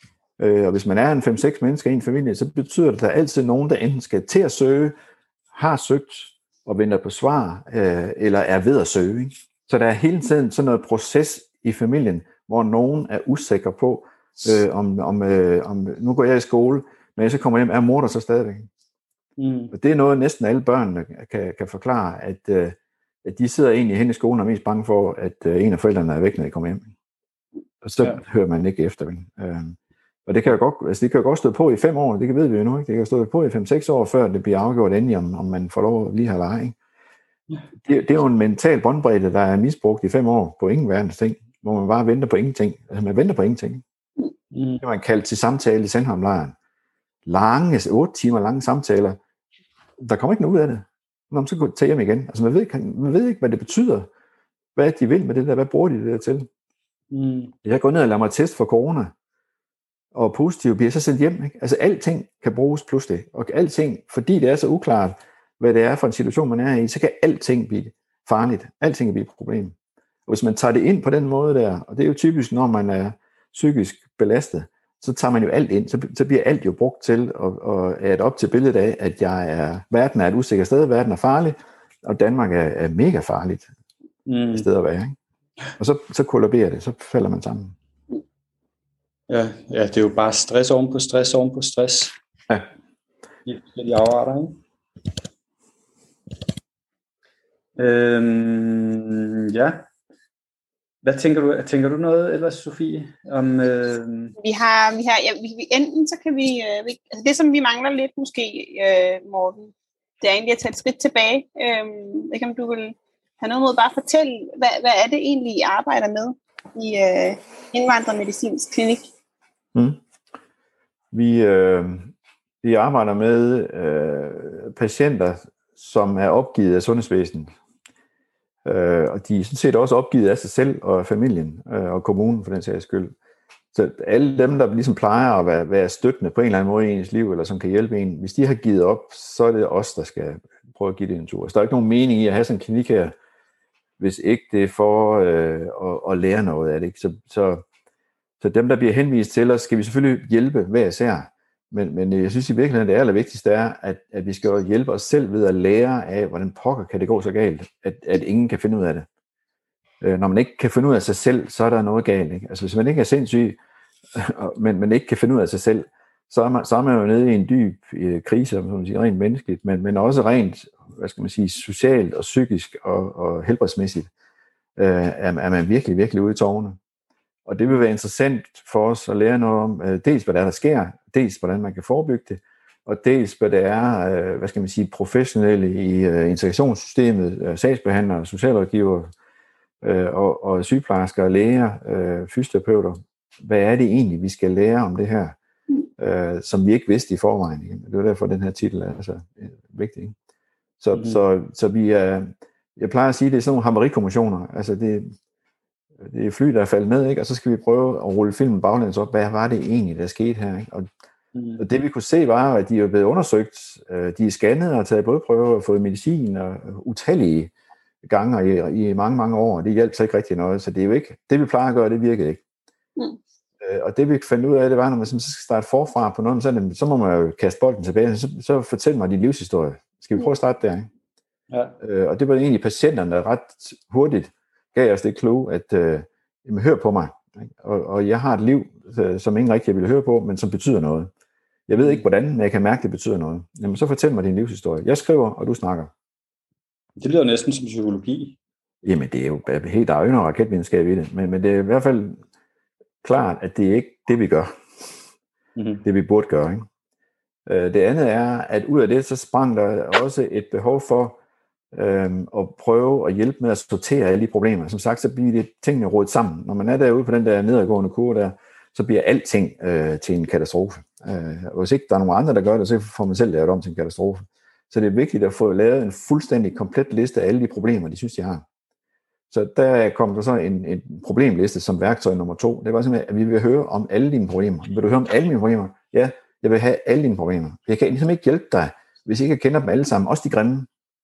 Og hvis man er en fem seks mennesker i en familie, så betyder det, at der er altid nogen, der enten skal til at søge, har søgt og venter på svar, eller er ved at søge. Ikke? Så der er hele tiden sådan noget proces i familien, hvor nogen er usikre på, øh, om, om, øh, om nu går jeg i skole, men jeg så kommer hjem, er mor der så stadigvæk? Mm. Og det er noget, næsten alle børn kan, kan forklare, at, øh, at de sidder egentlig hen i skolen og er mest bange for, at øh, en af forældrene er væk, når de kommer hjem. Og så ja. hører man ikke efter. Øh, og det kan jo godt, altså det kan jo godt stå på i fem år, det kan ved vi jo nu, ikke? Det kan stå på i fem seks år, før det bliver afgjort endelig, om, om man får lov at lige have leje. Det, det er jo en mental båndbredde, der er misbrugt i fem år på ingen verdens ting, hvor man bare venter på ingenting. Altså man venter på ingenting. Mm. Det man kaldt til samtale i Sandholmlejren. Lange, otte timer lange samtaler. Der kommer ikke noget ud af det. Når man så går til hjem igen. Altså man ved, man ved ikke, hvad det betyder. Hvad de vil med det der. Hvad bruger de det der til? Mm. Jeg går ned og lader mig teste for corona. Og positivt bliver så sendt hjem. Ikke? Altså alting kan bruges pludselig. Og alting, fordi det er så uklart, hvad det er for en situation, man er i, så kan alting blive farligt. Alting kan blive et problem. Og hvis man tager det ind på den måde der, og det er jo typisk, når man er psykisk belastet, så tager man jo alt ind, så, så bliver alt jo brugt til at, at adde op til billedet af, at jeg er, verden er et usikkert sted, verden er farlig, og Danmark er, er mega farligt mm. sted at være. Ikke? Og så, så kollaberer det, så falder man sammen. Ja, ja, det er jo bare stress oven på stress oven på stress. Ja. I forskellige afarter, ikke? Øhm, ja. Hvad tænker du? Tænker du noget ellers, Sofie? Om, øh... Vi har, vi har, ja, vi, vi, enten så kan vi, øh, vi, altså det som vi mangler lidt måske, øh, Morten, det er egentlig at tage et skridt tilbage. Øh, ikke om du vil have noget mod bare at fortælle, hvad, hvad er det egentlig, I arbejder med i øh, Indvandrermedicinsk Klinik? Mm. Vi, øh, vi arbejder med øh, patienter, som er opgivet af sundhedsvæsenet. Øh, og de er sådan set også opgivet af sig selv og familien øh, og kommunen for den sags skyld. Så alle dem, der ligesom plejer at være, være støttende på en eller anden måde i ens liv, eller som kan hjælpe en, hvis de har givet op, så er det os, der skal prøve at give det en tur. Så der er ikke nogen mening i at have sådan en klinik her, hvis ikke det er for øh, at, at lære noget af det. Ikke? Så, så, så dem, der bliver henvist til os, skal vi selvfølgelig hjælpe hver især. Men, men jeg synes i virkeligheden, det allervigtigste er, at, at vi skal hjælpe os selv ved at lære af, hvordan pokker kan det gå så galt, at, at ingen kan finde ud af det. Når man ikke kan finde ud af sig selv, så er der noget galt. Ikke? Altså hvis man ikke er sindssyg, men man ikke kan finde ud af sig selv, så er man, så er man jo nede i en dyb øh, krise, som man siger, rent menneskeligt, men, men også rent, hvad skal man sige, socialt og psykisk og, og helbredsmæssigt, øh, er, er man virkelig, virkelig ude i tårne. Og det vil være interessant for os at lære noget om, øh, dels hvad der, er, der sker, dels hvordan man kan forebygge det, og dels hvad det er, øh, hvad skal man sige, professionelle i øh, integrationssystemet, øh, sagsbehandlere, socialrådgivere, øh, og, og sygeplejersker, læger, øh, fysioterapeuter. Hvad er det egentlig, vi skal lære om det her? øh, som vi ikke vidste i forvejen. Ikke? Det er derfor, den her titel er så øh, vigtig. Ikke? Så, mm. så, så vi er, jeg plejer at sige, det er sådan nogle havarikommissioner. Altså det, det er fly, der er faldet ned, ikke? Og så skal vi prøve at rulle filmen baglæns op. Hvad var det egentlig, der skete her? Ikke? Og, mm. og det vi kunne se var, at de er blevet undersøgt. De er scannet og taget blodprøver og fået medicin og utallige gange i, i mange, mange år. Det hjalp så ikke rigtig noget. Så det er jo ikke, det vi plejer at gøre, det virkede ikke. Mm. Og det vi fandt ud af, det var, når man så skal starte forfra på noget, så, så må man jo kaste bolden tilbage. Så, så fortæl mig din livshistorie. Skal vi prøve at starte der? Ikke? Ja. Øh, og det var egentlig patienterne, der ret hurtigt gav os det clue, at øh, jamen, hør på mig. Ikke? Og, og jeg har et liv, øh, som ingen rigtig vil høre på, men som betyder noget. Jeg ved ikke hvordan, men jeg kan mærke, at det betyder noget. Jamen, så fortæl mig din livshistorie. Jeg skriver, og du snakker. Det lyder næsten som psykologi. Jamen, det er jo helt, der er jo noget raketvidenskab i det, men, men det er i hvert fald klart, at det er ikke det, vi gør. Mm-hmm. Det, vi burde gøre. Ikke? Øh, det andet er, at ud af det, så sprang der også et behov for øhm, at prøve at hjælpe med at sortere alle de problemer. Som sagt, så bliver det tingene rodet sammen. Når man er derude på den der nedadgående kurve der, så bliver alting øh, til en katastrofe. Øh, og hvis ikke der er nogen andre, der gør det, så får man selv lavet om til en katastrofe. Så det er vigtigt at få lavet en fuldstændig komplet liste af alle de problemer, de synes, de har. Så der kom der så en, en problemliste som værktøj nummer to. Det var simpelthen, at vi vil høre om alle dine problemer. Vil du høre om alle mine problemer? Ja, jeg vil have alle dine problemer. Jeg kan ligesom ikke hjælpe dig, hvis ikke jeg kender dem alle sammen. Også de grimme.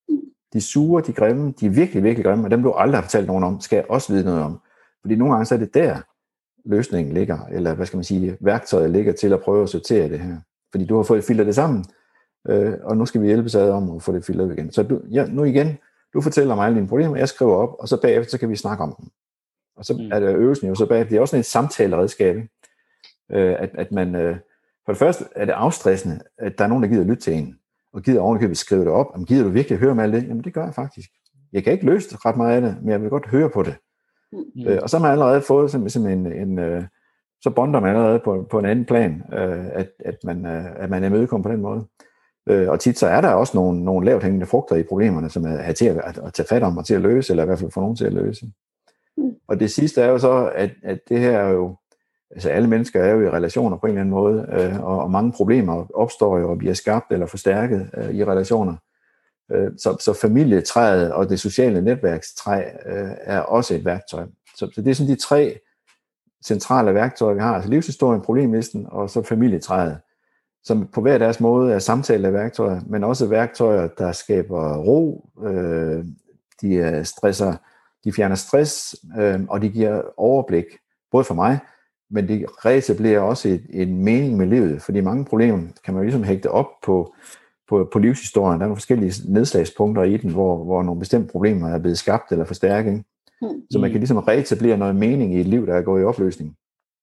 De sure, de grimme, de er virkelig, virkelig grimme, og dem du aldrig har fortalt nogen om, skal jeg også vide noget om. Fordi nogle gange så er det der, løsningen ligger, eller hvad skal man sige, værktøjet ligger til at prøve at sortere det her. Fordi du har fået filtret det sammen, øh, og nu skal vi hjælpe sig om at få det filtret igen. Så du, ja, nu igen, du fortæller mig alle dine problemer, jeg skriver op, og så bagefter så kan vi snakke om dem. Og så mm. er det øvelsen jo så bagefter. Det er også sådan et samtaleredskab, øh, at, at man, øh, for det første er det afstressende, at der er nogen, der gider lytte til en, og gider ovenikøbet skrive det op. Jamen, gider du virkelig høre med alt det? Jamen, det gør jeg faktisk. Jeg kan ikke løse ret meget af det, men jeg vil godt høre på det. Mm. Øh, og så har man allerede fået som en, en øh, så bonder man allerede på, på en anden plan, øh, at, at, man, øh, at man er imødekommet på den måde. Øh, og tit så er der også nogle, nogle lavt hængende frugter i problemerne, som er, er til at, at, at tage fat om og til at løse, eller i hvert fald få nogen til at løse. Mm. Og det sidste er jo så, at, at det her er jo, altså alle mennesker er jo i relationer på en eller anden måde, øh, og, og mange problemer opstår jo og bliver skabt eller forstærket øh, i relationer. Øh, så, så familietræet og det sociale netværkstræ øh, er også et værktøj. Så, så det er sådan de tre centrale værktøjer, vi har. Altså livshistorien, problemlisten og så familietræet, som på hver deres måde er samtale af værktøjer, men også værktøjer, der skaber ro, øh, de stresser, de fjerner stress, øh, og de giver overblik, både for mig, men det reetablerer også et, en mening med livet, fordi mange problemer kan man jo ligesom hægte op på, på, på livshistorien. Der er nogle forskellige nedslagspunkter i den, hvor, hvor nogle bestemte problemer er blevet skabt eller forstærket. Mm. Så man kan ligesom reetablere noget mening i et liv, der er gået i opløsning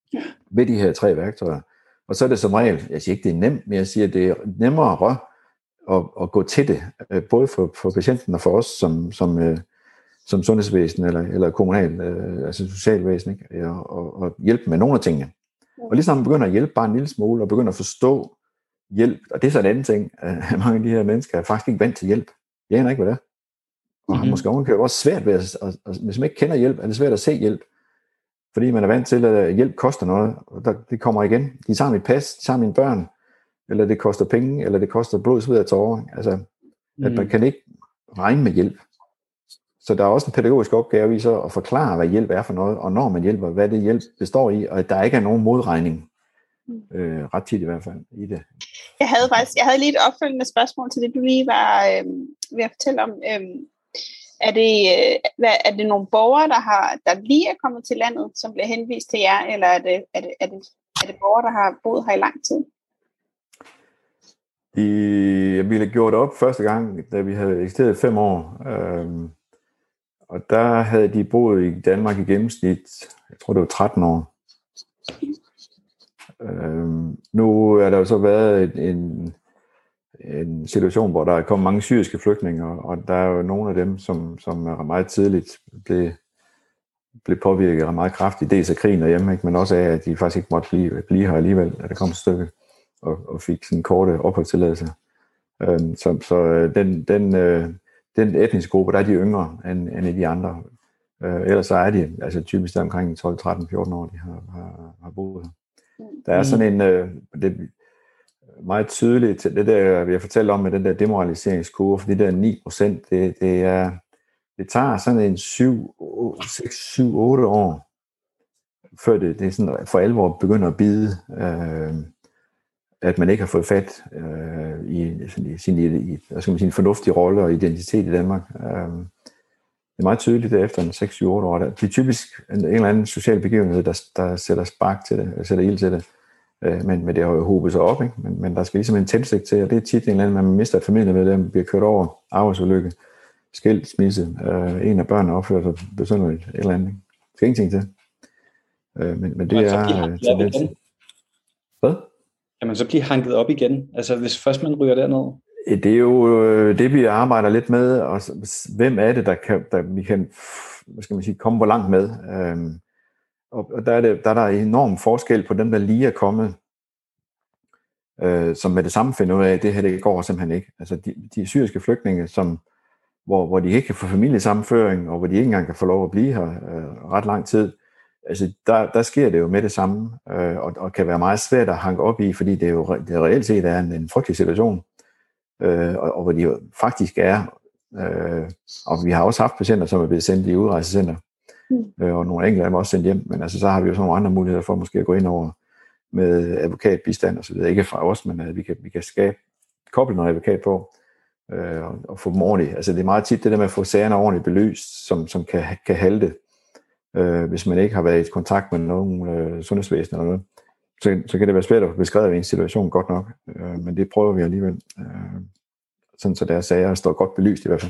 ved de her tre værktøjer. Og så er det som regel, jeg siger ikke, det er nemt, men jeg siger, det er nemmere at, at gå til det, både for, for patienten og for os som, som, som sundhedsvæsen eller, eller kommunal, altså socialvæsen, ikke? Og, og, og hjælpe med nogle af tingene. Og ligesom man begynder at hjælpe bare en lille smule, og begynder at forstå hjælp, og det er så en anden ting, at mange af de her mennesker er faktisk ikke vant til hjælp. Jeg aner ikke, hvad det er. Og har måske også svært ved at, at, at, hvis man ikke kender hjælp, er det svært at se hjælp. Fordi man er vant til, at hjælp koster noget, og der, det kommer igen. De tager mit pas, de tager mine børn, eller det koster penge, eller det koster blod, sved og tårer. Altså, mm. at man kan ikke regne med hjælp. Så der er også en pædagogisk opgave i så at forklare, hvad hjælp er for noget, og når man hjælper, hvad det hjælp består i, og at der ikke er nogen modregning. Øh, ret tit i hvert fald i det. Jeg havde faktisk, jeg havde lige et opfølgende spørgsmål til det, du lige var øh, ved at fortælle om. Øh, Er det, er det nogle borgere, der, har, der lige er kommet til landet, som bliver henvist til jer, eller er det, er det, er det, er det borgere, der har boet her i lang tid? De ville have gjort op første gang, da vi havde eksisteret fem år. Øhm, og der havde de boet i Danmark i gennemsnit, jeg tror det var tretten år. Øhm, nu er der jo så været en... en situation, hvor der er kommet mange syriske flygtninge, og der er jo nogle af dem, som, som er meget tidligt blev, blev påvirket meget kraftigt, dels af krigen derhjemme, ikke? Men også af, at de faktisk ikke måtte blive, blive her alligevel, at der kom et stykke, og, og fik sådan korte opholdstilladelse. Øhm, så så den, den, øh, den etniske gruppe, der er de yngre end, end de andre. Øh, ellers så er de altså typisk omkring tolv, tretten, fjorten år, de har, har, har boet her. Der er sådan en... Øh, det, meget tydeligt til det der, vi har fortalt om med den der demoraliseringskurve, for de der ni procent, det, det, er, det tager sådan en syv, seks, syv, otte år, før det, det er sådan for alvor begynder at bide, øh, at man ikke har fået fat øh, i, i, sin, i hvad skal man sige, en fornuftig rolle og identitet i Danmark. Øh, det er meget tydeligt, at efter en seks, syv, otte år, det er typisk en, en eller anden social begivenhed, der, der sætter spark til det, sætter ild til det. Men, men det har jo hobet sig op, ikke? Men, men der skal ligesom en tændstik til, og det er tit en eller anden, man mister et familiemedlem, bliver kørt over, arbejdsulykke, skilsmisse, øh, en af børnene opfører sig besynderligt, et eller andet. Ikke? Det skal ingenting til. Øh, men, men det man er tendens. Hvad? Kan man så blive hanket op igen? Altså hvis først man ryger derned? Det er jo det, vi arbejder lidt med, og hvem er det, der, kan, der vi kan, hvad skal man sige, komme hvor langt med. Øh, Og der er, det, der er der enorm forskel på dem, der lige er kommet, øh, som med det samme finder ud af, at det her det går simpelthen ikke. Altså de, de syriske flygtninge, som, hvor, hvor de ikke kan få familiesammenføring, og hvor de ikke engang kan få lov at blive her øh, ret lang tid, altså der, der sker det jo med det samme, øh, og, og kan være meget svært at hanke op i, fordi det jo det reelt set er en, en frygtelig situation, øh, og, og hvor de jo faktisk er, øh, og vi har også haft patienter, som er blevet sendt i udrejsecenter, Mm. og nogle enkelte af dem også sendt hjem, men altså så har vi jo sådan nogle andre muligheder for måske at gå ind over med advokatbistand og så videre, ikke fra os, men at vi kan, vi kan skabe, koble noget advokat på øh, og, og få dem ordentligt. Altså det er meget tit det der med at få sagerne ordentligt belyst, som, som kan, kan halte, øh, hvis man ikke har været i kontakt med nogen øh, sundhedsvæsen eller noget, så, så kan det være svært at beskrive en situation godt nok, øh, men det prøver vi alligevel, øh, sådan så deres sager står godt belyst i hvert fald.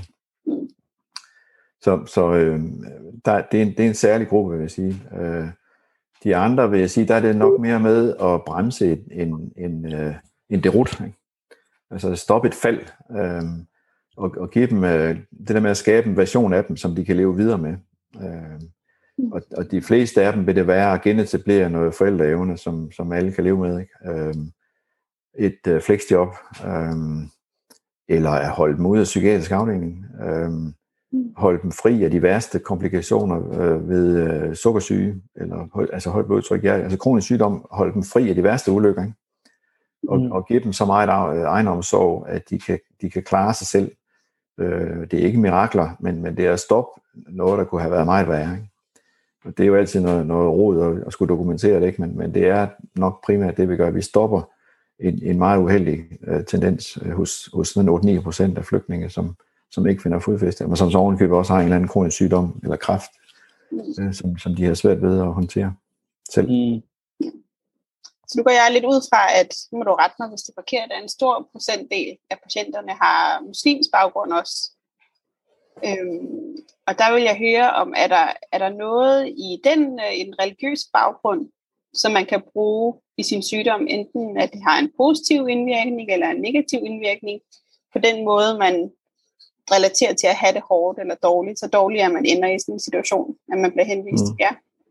Så, så øh, der, det, er en, det er en særlig gruppe, vil jeg sige. Øh, de andre, vil jeg sige, der er det nok mere med at bremse en, en, en, øh, en derut. Ikke? Altså stoppe et fald, øh, og, og give dem øh, det der med at skabe en version af dem, som de kan leve videre med. Øh, og, og de fleste af dem vil det være at genetablere noget forældreevne, som, som alle kan leve med. Ikke? Øh, et øh, flexjob, øh, eller at holde dem ude af psykiatrisk afdeling. Øh, holde dem fri af de værste komplikationer øh, ved øh, sukkersyge, eller høj, altså højt blodtryk, ja, altså kronisk sygdom, holde dem fri af de værste ulykker, ikke? Og, mm. og give dem så meget egenomsorg, at de kan, de kan klare sig selv. Øh, det er ikke mirakler, men, men det er at stoppe noget, der kunne have været meget værre, ikke? Og det er jo altid noget, noget rod at, at skulle dokumentere det, ikke? Men, men det er nok primært det, vi gør. Vi stopper en, en meget uheldig øh, tendens øh, hos, hos otte til ni procent af flygtninge, som som ikke finder fodfæste, men som så ovenikøbet også har en eller anden kronisk sygdom eller kræft, øh, som, som de har svært ved at håndtere selv. Mm. Så nu går jeg lidt ud fra, at, nu må du rette mig, hvis det er forkert, at en stor procentdel af patienterne har muslimsk baggrund også. Øhm, og der vil jeg høre om, er der, er der noget i den en religiøs baggrund, som man kan bruge i sin sygdom, enten at det har en positiv indvirkning eller en negativ indvirkning, på den måde, man relaterer til at have det hårdt eller dårligt, så dårligt, at man ender i sådan en situation, at man bliver henvist. Mm. Ja.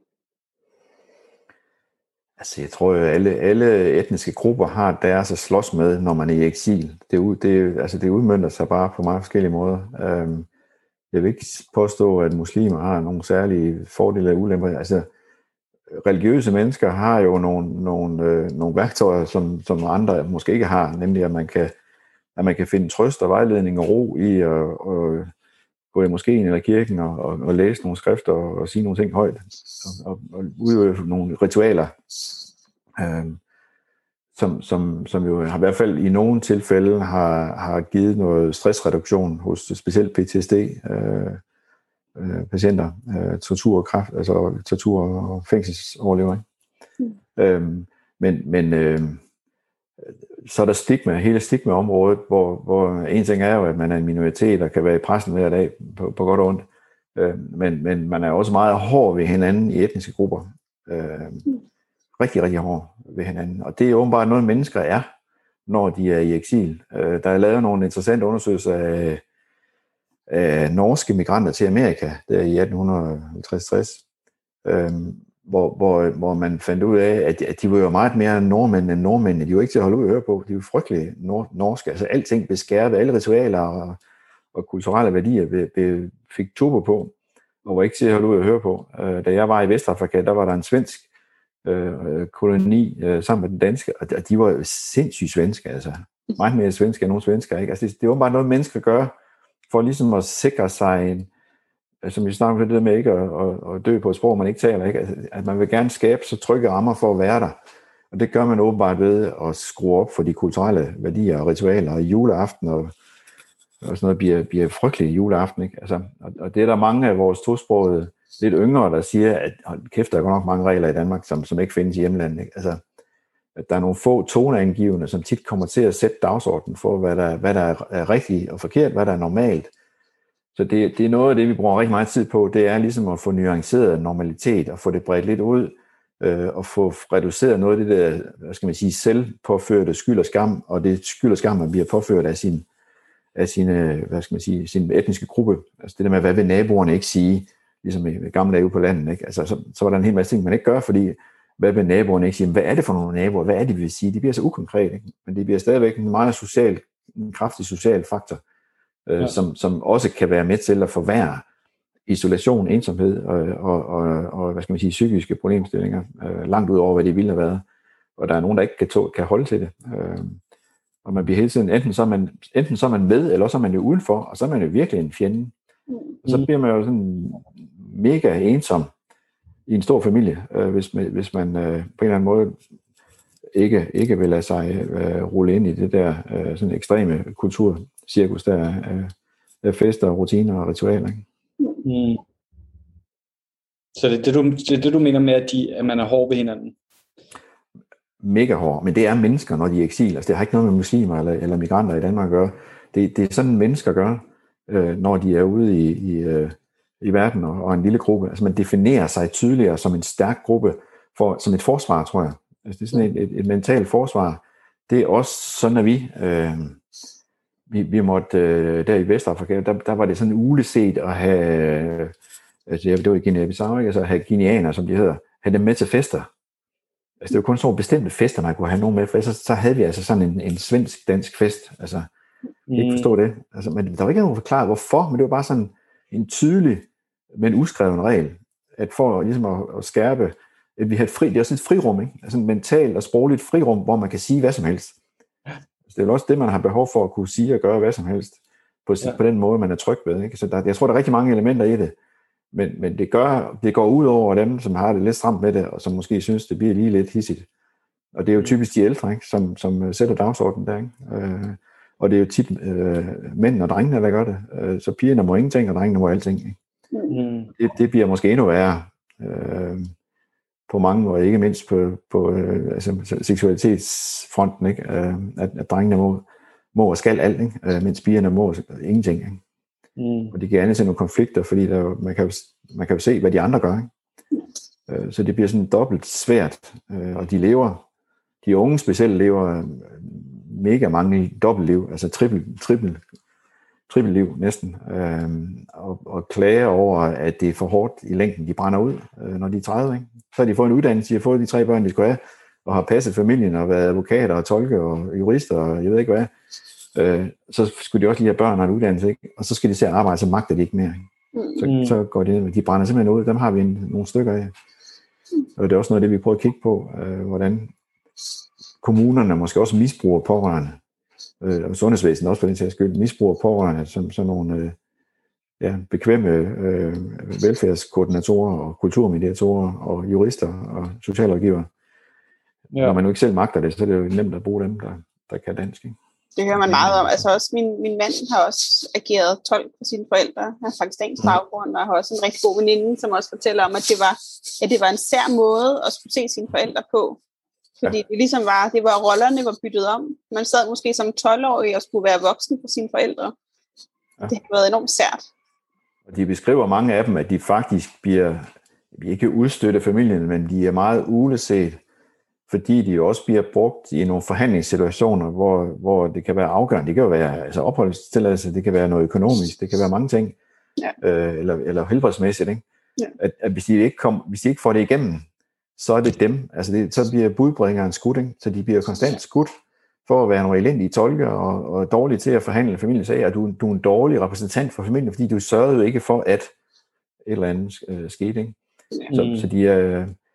Altså, jeg tror jo, alle, alle etniske grupper har deres at slås med, når man er i eksil. Det, det, altså, det udmønter sig bare på meget forskellige måder. Um, jeg vil ikke påstå, at muslimer har nogle særlige fordele og ulemper. Altså, religiøse mennesker har jo nogle, nogle, øh, nogle værktøjer, som, som andre måske ikke har, nemlig at man kan at man kan finde trøst og vejledning og ro i at og gå i moskeen eller kirken og, og, og læse nogle skrifter og, og sige nogle ting højt og, og, og udøve nogle ritualer, øh, som, som, som jo har i hvert fald i nogle tilfælde har, har givet noget stressreduktion hos specielt P T S D øh, øh, patienter, øh, tortur og kræft, altså tortur og fængselsoverlever. Mm. Øh, men men øh, så er der stigma, hele stigma-området, hvor, hvor en ting er jo, at man er en minoritet og kan være i pressen hver dag på, på godt og ondt, øh, men, men man er også meget hård ved hinanden i etniske grupper. Øh, rigtig, rigtig hård ved hinanden. Og det er åbenbart noget, mennesker er, når de er i eksil. Øh, der er lavet nogle interessante undersøgelser af, af norske migranter til Amerika, der i atten halvtreds tres, øh, Hvor, hvor, hvor man fandt ud af, at de, at de var jo meget mere nordmænd end nordmændene. De var ikke til at holde ud at høre på. De var frygtelige nord, norske. Altså alting beskærede, alle ritualer og, og kulturelle værdier be, be, fik turbo på, og var ikke til at holde ud at høre på. Uh, da jeg var i Vestafrika, der var der en svensk øh, koloni øh, sammen med den danske, og de, og de var sindssygt svenske, altså meget mere svenske end nogle svensker, ikke? Altså det, det var bare noget, mennesker gør, for ligesom at sikre sig en, som vi snakker om det der med ikke at, at, at dø på et sprog, man ikke taler, ikke? Altså, at man vil gerne skabe så trygge rammer for at være der. Og det gør man åbenbart ved at skrue op for de kulturelle værdier og ritualer, og juleaften og, og sådan noget bliver, bliver frygteligt juleaften, ikke? Altså, og, og det er der mange af vores tosprogede lidt yngre, der siger, at hold kæft, der er godt nok mange regler i Danmark, som, som ikke findes i hjemlandet, ikke? Altså, at der er nogle få toneangivende, som tit kommer til at sætte dagsordenen for, hvad der, hvad der er rigtigt og forkert, hvad der er normalt. Så det, det er noget af det, vi bruger rigtig meget tid på, det er ligesom at få nuanceret normalitet, og få det bredt lidt ud, øh, og få reduceret noget af det der, hvad skal man sige, selvpåførte skyld og skam, og det skyld og skam, man bliver påført af sin, af sine, hvad skal man sige, sin etniske gruppe. Altså det der med, hvad vil naboerne ikke sige, ligesom i gamle dage ude på landet, ikke? Altså så, så var der en hel masse ting, man ikke gør, fordi hvad vil naboerne ikke sige? Hvad er det for nogle naboer? Hvad er det, de vil sige? De bliver så ukonkret, ikke? Men det bliver stadigvæk en meget social, en kraftig social faktor, øh, ja. som, som også kan være med til at forværre isolation, ensomhed og, og, og, og hvad skal man sige, psykiske problemstillinger øh, langt ud over, hvad det ville have været. Og der er nogen, der ikke kan, tog, kan holde til det. Øh, og man bliver hele tiden, enten så er man, enten så er man med, eller så er man jo udenfor, og så er man jo virkelig en fjende. Og så bliver man jo sådan mega ensom i en stor familie, øh, hvis man, hvis man øh, på en eller anden måde ikke, ikke vil lade sig øh, rulle ind i det der øh, sådan ekstreme kulturcirkus, der er øh, fester, rutiner og ritualer. Ikke? Mm. Så det er det, du, det er det, du mener med, at, de, at man er hård ved hinanden? Mega hård, men det er mennesker, når de er eksil. Altså, det har ikke noget med muslimer eller, eller migranter i Danmark at gøre. Det, det er sådan, mennesker gør, øh, når de er ude i, i, øh, i verden og, og en lille gruppe. Altså, man definerer sig tydeligere som en stærk gruppe, for, som et forsvar, tror jeg. Altså, det er sådan et, et, et mentalt forsvar. Det er også sådan, at vi... Øh, Vi, vi måtte, øh, der i Vestafrika, der, der var det sådan uleset at have, øh, altså det var i Guinea-Bissau, ikke? Altså at have guineaner, som de hedder, have dem med til fester. Altså det var kun så bestemte fester, man kunne have nogen med, for så, så havde vi altså sådan en, en svensk-dansk fest. Altså, jeg kan ikke forstå det. Altså, men der var ikke nogen forklaret, hvorfor, men det var bare sådan en tydelig, men uskreven regel, at for ligesom at, at skærpe, at vi havde fri, det er sådan et frirum, ikke? Altså et mentalt og sprogligt frirum, hvor man kan sige hvad som helst. Det er jo også det, man har behov for at kunne sige og gøre hvad som helst, på, ja. på den måde, man er tryg ved. Ikke? Så der, jeg tror, der er rigtig mange elementer i det, men, men det, gør, det går ud over dem, som har det lidt stramt med det, og som måske synes, det bliver lige lidt hissigt. Og det er jo typisk de ældre, ikke? Som, som sætter dagsordenen der. Ikke? Øh, og det er jo tit øh, mænd og drengene, der gør det. Øh, så pigerne må ingenting, og drengene må alting. Ikke? Mm. Det, det bliver måske endnu værre. Øh, på mange, og ikke mindst på, på øh, altså, seksualitetsfronten, ikke? Øh, at, at drengene må, må og skal alt, ikke? Øh, mens pigerne må ingenting. Ikke? Mm. Og det giver andet til nogle konflikter, fordi der, man, kan jo, man kan jo se, hvad de andre gør. Ikke? Øh, så det bliver sådan dobbelt svært, øh, og de lever, de unge specielt lever mega mange dobbeltliv, altså trippel, trippel, trippelliv næsten, øh, og, og klager over, at det er for hårdt i længden, de brænder ud, øh, når de er tredive, ikke? Så har de fået en uddannelse, de har fået de tre børn, de skulle have, og har passet familien og været advokater og tolke og jurister og jeg ved ikke hvad. Øh, så skulle de også lige have børn og en uddannelse, ikke? Og så skal de se at arbejde, så magter de ikke mere. Ikke? Så, mm. så går de, de brænder simpelthen ud, dem har vi en, nogle stykker af. Og det er også noget af det, vi prøver at kigge på, øh, hvordan kommunerne måske også misbruger pårørende, øh, og sundhedsvæsenet også for den sags skyld, misbruger pårørende som sådan nogle øh, ja, bekvemme øh, velfærdskoordinatorer og kulturmediatorer og jurister og socialrådgivere. Ja. Når man nu ikke selv magter det, så er det jo nemt at bruge dem, der, der kan dansk. Ikke? Det hører man meget om. Altså også min, min mand har også ageret tolk for sine forældre. Han har pakistansk baggrund, og har også en rigtig god veninde, som også fortæller om, at det var, at det var en sær måde at skulle se sine forældre på. Fordi ja. det ligesom var, det var rollerne var byttet om. Man sad måske som tolv-årig og skulle være voksen for sine forældre. Ja. Det har været enormt sært. Og de beskriver mange af dem, at de faktisk bliver, ikke udstøtte familien, men de er meget uleset, fordi de også bliver brugt i nogle forhandlingssituationer, hvor, hvor det kan være afgørende. Det kan jo være altså opholdstilladelse, det kan være noget økonomisk, det kan være mange ting, ja. øh, eller, eller helbredsmæssigt. Ikke? Ja. At, at hvis, de ikke kom, hvis de ikke får det igennem, så er det dem. Altså det, så bliver budbringeren skudt, ikke? Så de bliver konstant skudt for at være nogle elendige tolker og, og dårlige til at forhandle familiens sag, og du, du er en dårlig repræsentant for familien, fordi du sørgede jo ikke for, at et eller andet øh, skete. Ikke? Så, mm. så de er,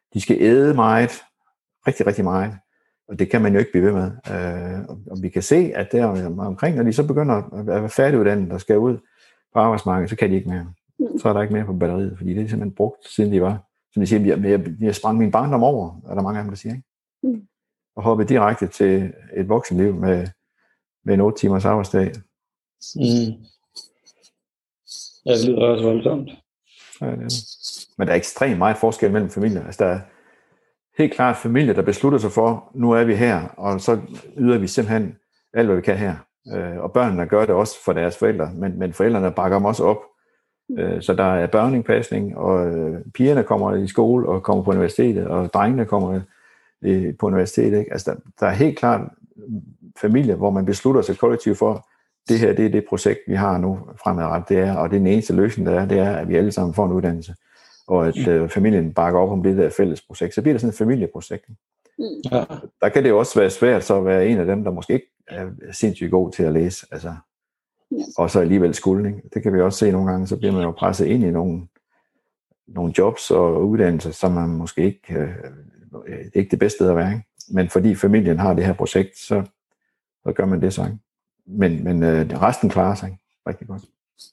de skal æde meget, rigtig, rigtig meget, og det kan man jo ikke blive ved med. Øh, og vi kan se, at der omkring, når de så begynder at være færdiguddannet og skal ud på arbejdsmarkedet, så kan de ikke mere. Så er der ikke mere på batteriet, fordi det er simpelthen brugt, siden de var, som de siger, jeg, jeg, jeg sprang min barndom over, er der mange af dem, der siger, ikke? Mm. Og hoppede direkte til et voksenliv med, med en otte timers arbejdsdag. Mm. Ja, det lyder også voldsomt. Ja, det er. Men der er ekstremt meget forskel mellem familier. Altså, der er helt klart familier, der beslutter sig for, nu er vi her, og så yder vi simpelthen alt, hvad vi kan her. Og børnene gør det også for deres forældre, men, men forældrene bakker dem også op. Så der er børnepasning, og pigerne kommer i skole og kommer på universitetet, og drengene kommer på universitetet. Ikke? Altså, der, der er helt klart familier, hvor man beslutter sig kollektivt for, det her det er det projekt, vi har nu fremadrettet, det er, og det er den eneste løsning, der er, det er, at vi alle sammen får en uddannelse, og at øh, familien bakker op om det der fælles projekt. Så bliver det sådan et familieprojekt. Ja. Der kan det jo også være svært så at være en af dem, der måske ikke er sindssygt god til at læse, altså, og så alligevel skuldning. Det kan vi også se nogle gange, så bliver man jo presset ind i nogle, nogle jobs og uddannelser, som man måske ikke, øh, ikke det bedste sted at være. Ikke? Men fordi familien har det her projekt, så, så gør man det så. Ikke? Men, men øh, resten klarer sig rigtig godt.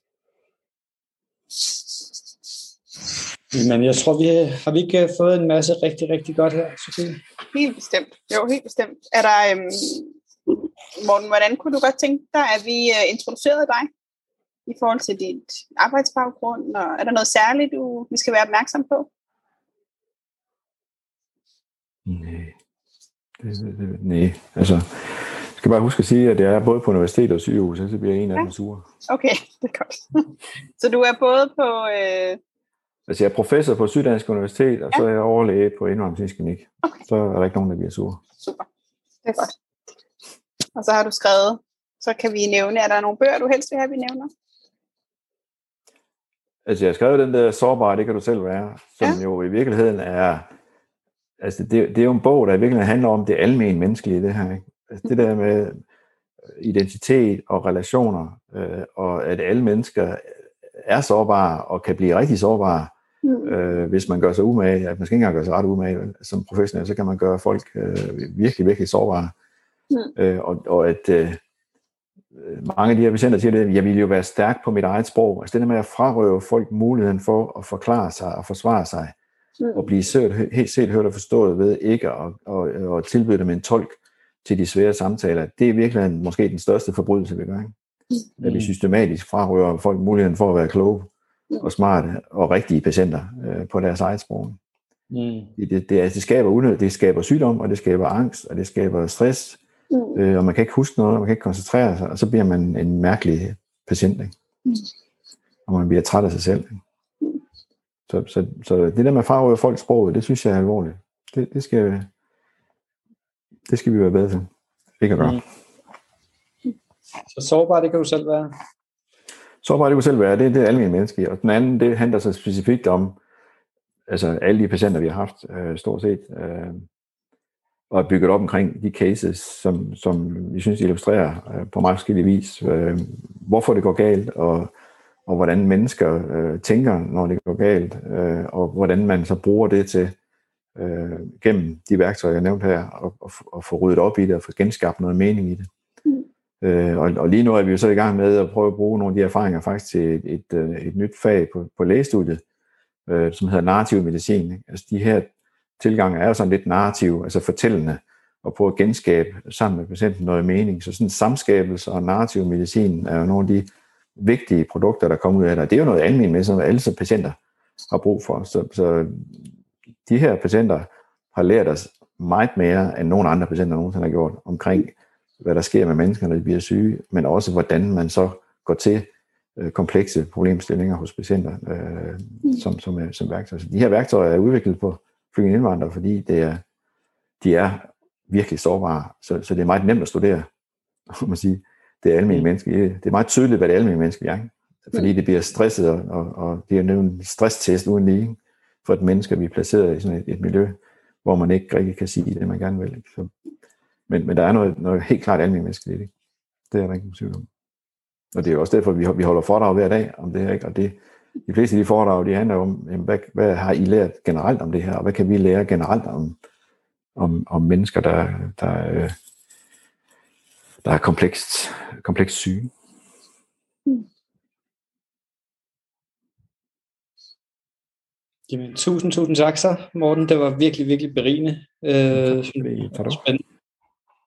Men jeg tror, vi har vi ikke fået en masse rigtig, rigtig godt her, Sofie? Helt bestemt. Jo, helt bestemt. Er der, øhm, Morten, hvordan kunne du godt tænke dig, at vi øh, introducerede dig i forhold til dit arbejdsbaggrund? Og er der noget særligt, du, vi skal være opmærksom på? Nej. Det, det, det, nej. Altså, jeg skal bare huske at sige, at jeg er både på universitet og sygehus, så bliver en af dem sure. Okay, det er godt. Så du er både på... Øh... Altså, jeg er professor på Syddansk Universitet, og ja. Så er jeg overlæge på Indvandringsmedicinsk Klinik. Okay. Så er der ikke nogen, der bliver sure. Super, det er godt. Og så har du skrevet, så kan vi nævne, er der nogle bøger, du helst vil have, vi nævner? Altså, jeg har skrevet den der Sårbar, det kan du selv være, som ja. Jo i virkeligheden er... Altså, det, det er jo en bog, der i virkeligheden handler om det almene menneskelige, det her, ikke? Altså, det der med identitet og relationer, øh, og at alle mennesker er sårbare og kan blive rigtig sårbare, mm. øh, hvis man gør sig umage. At man skal ikke engang gøre sig ret umage, vel? Som professionel, så kan man gøre folk øh, virkelig, virkelig sårbare. Mm. Øh, og, og at øh, mange af de her patienter siger, at jeg vil jo være stærk på mit eget sprog. Altså det der med at frarøve folk muligheden for at forklare sig og forsvare sig, mm. og blive set, helt set hørt og forstået ved ikke at og, og tilbyde dem en tolk til de svære samtaler. Det er virkelig måske den største forbrydelse, vi gør. Ikke? Mm. At vi systematisk frarøver folk muligheden for at være kloge mm. og smarte og rigtige patienter øh, på deres eget sprog. Mm. Det, det, det, det, skaber unød, det skaber sygdom, og det skaber angst, og det skaber stress, mm. øh, og man kan ikke huske noget, og man kan ikke koncentrere sig, og så bliver man en mærkelig patient. Ikke? Mm. Og man bliver træt af sig selv. Ikke? Mm. Så, så, så det der med at frarøve folks sprog, det synes jeg er alvorligt. Det, det, skal, det skal vi være bedre til. Det kan gøre. Mm. Så sårbar, det kan du selv være? Sårbar, det kan du selv være. Det er det almindelige menneske. Og den anden, det handler så specifikt om, altså alle de patienter, vi har haft, øh, stort set, øh, og er bygget op omkring de cases, som, som vi synes illustrerer øh, på meget forskellige vis, øh, hvorfor det går galt, og, og hvordan mennesker øh, tænker, når det går galt, øh, og hvordan man så bruger det til, øh, gennem de værktøjer, jeg nævnte her, og, og, og få ryddet op i det, og få genskabt noget mening i det. Øh, og, og lige nu er vi jo så i gang med at prøve at bruge nogle af de erfaringer faktisk til et, et, et, et nyt fag på, på lægestudiet, øh, som hedder narrativ medicin. Ikke? Altså de her tilgange er jo sådan lidt narrative, altså fortællende, og prøve at genskabe sammen med patienten noget mening. Så sådan samskabelse og narrativ medicin er jo nogle af de vigtige produkter, der kommer ud af det. Det er jo noget almen med, som alle så patienter har brug for. Så, så de her patienter har lært os meget mere, end nogen andre patienter nogensinde har gjort, omkring hvad der sker med mennesker, når de bliver syge, men også hvordan man så går til øh, komplekse problemstillinger hos patienter øh, mm. som, som, er, som værktøjer. Så de her værktøjer er udviklet på flygtninge indvandrere, fordi det er, de er virkelig sårbare, så, så det er meget nemt at studere, må man sige. Det er almindelige mm. mennesker. Det er meget tydeligt, hvad det almindelige menneske er, fordi det bliver stresset, og, og, og det er jo en stresstest uden lige for et menneske, vi er placeret i sådan et, et miljø, hvor man ikke rigtig kan sige det, man gerne vil. Ikke? Så, Men, men der er noget, noget helt klart almindeligt menneskeligt, ikke? Det er der ikke tvivl om. Og det er jo også derfor, vi, vi holder foredrag hver dag om det her, ikke? Og det de fleste af de foredrag, de handler om, hvad, hvad har I lært generelt om det her, og hvad kan vi lære generelt om, om, om mennesker, der, der, der er komplekst, komplekst syge. Mm. Jamen, tusind, tusind tak så, Morten. Det var virkelig, virkelig berigende. Øh, tak, fordi I tager det op. Spændende.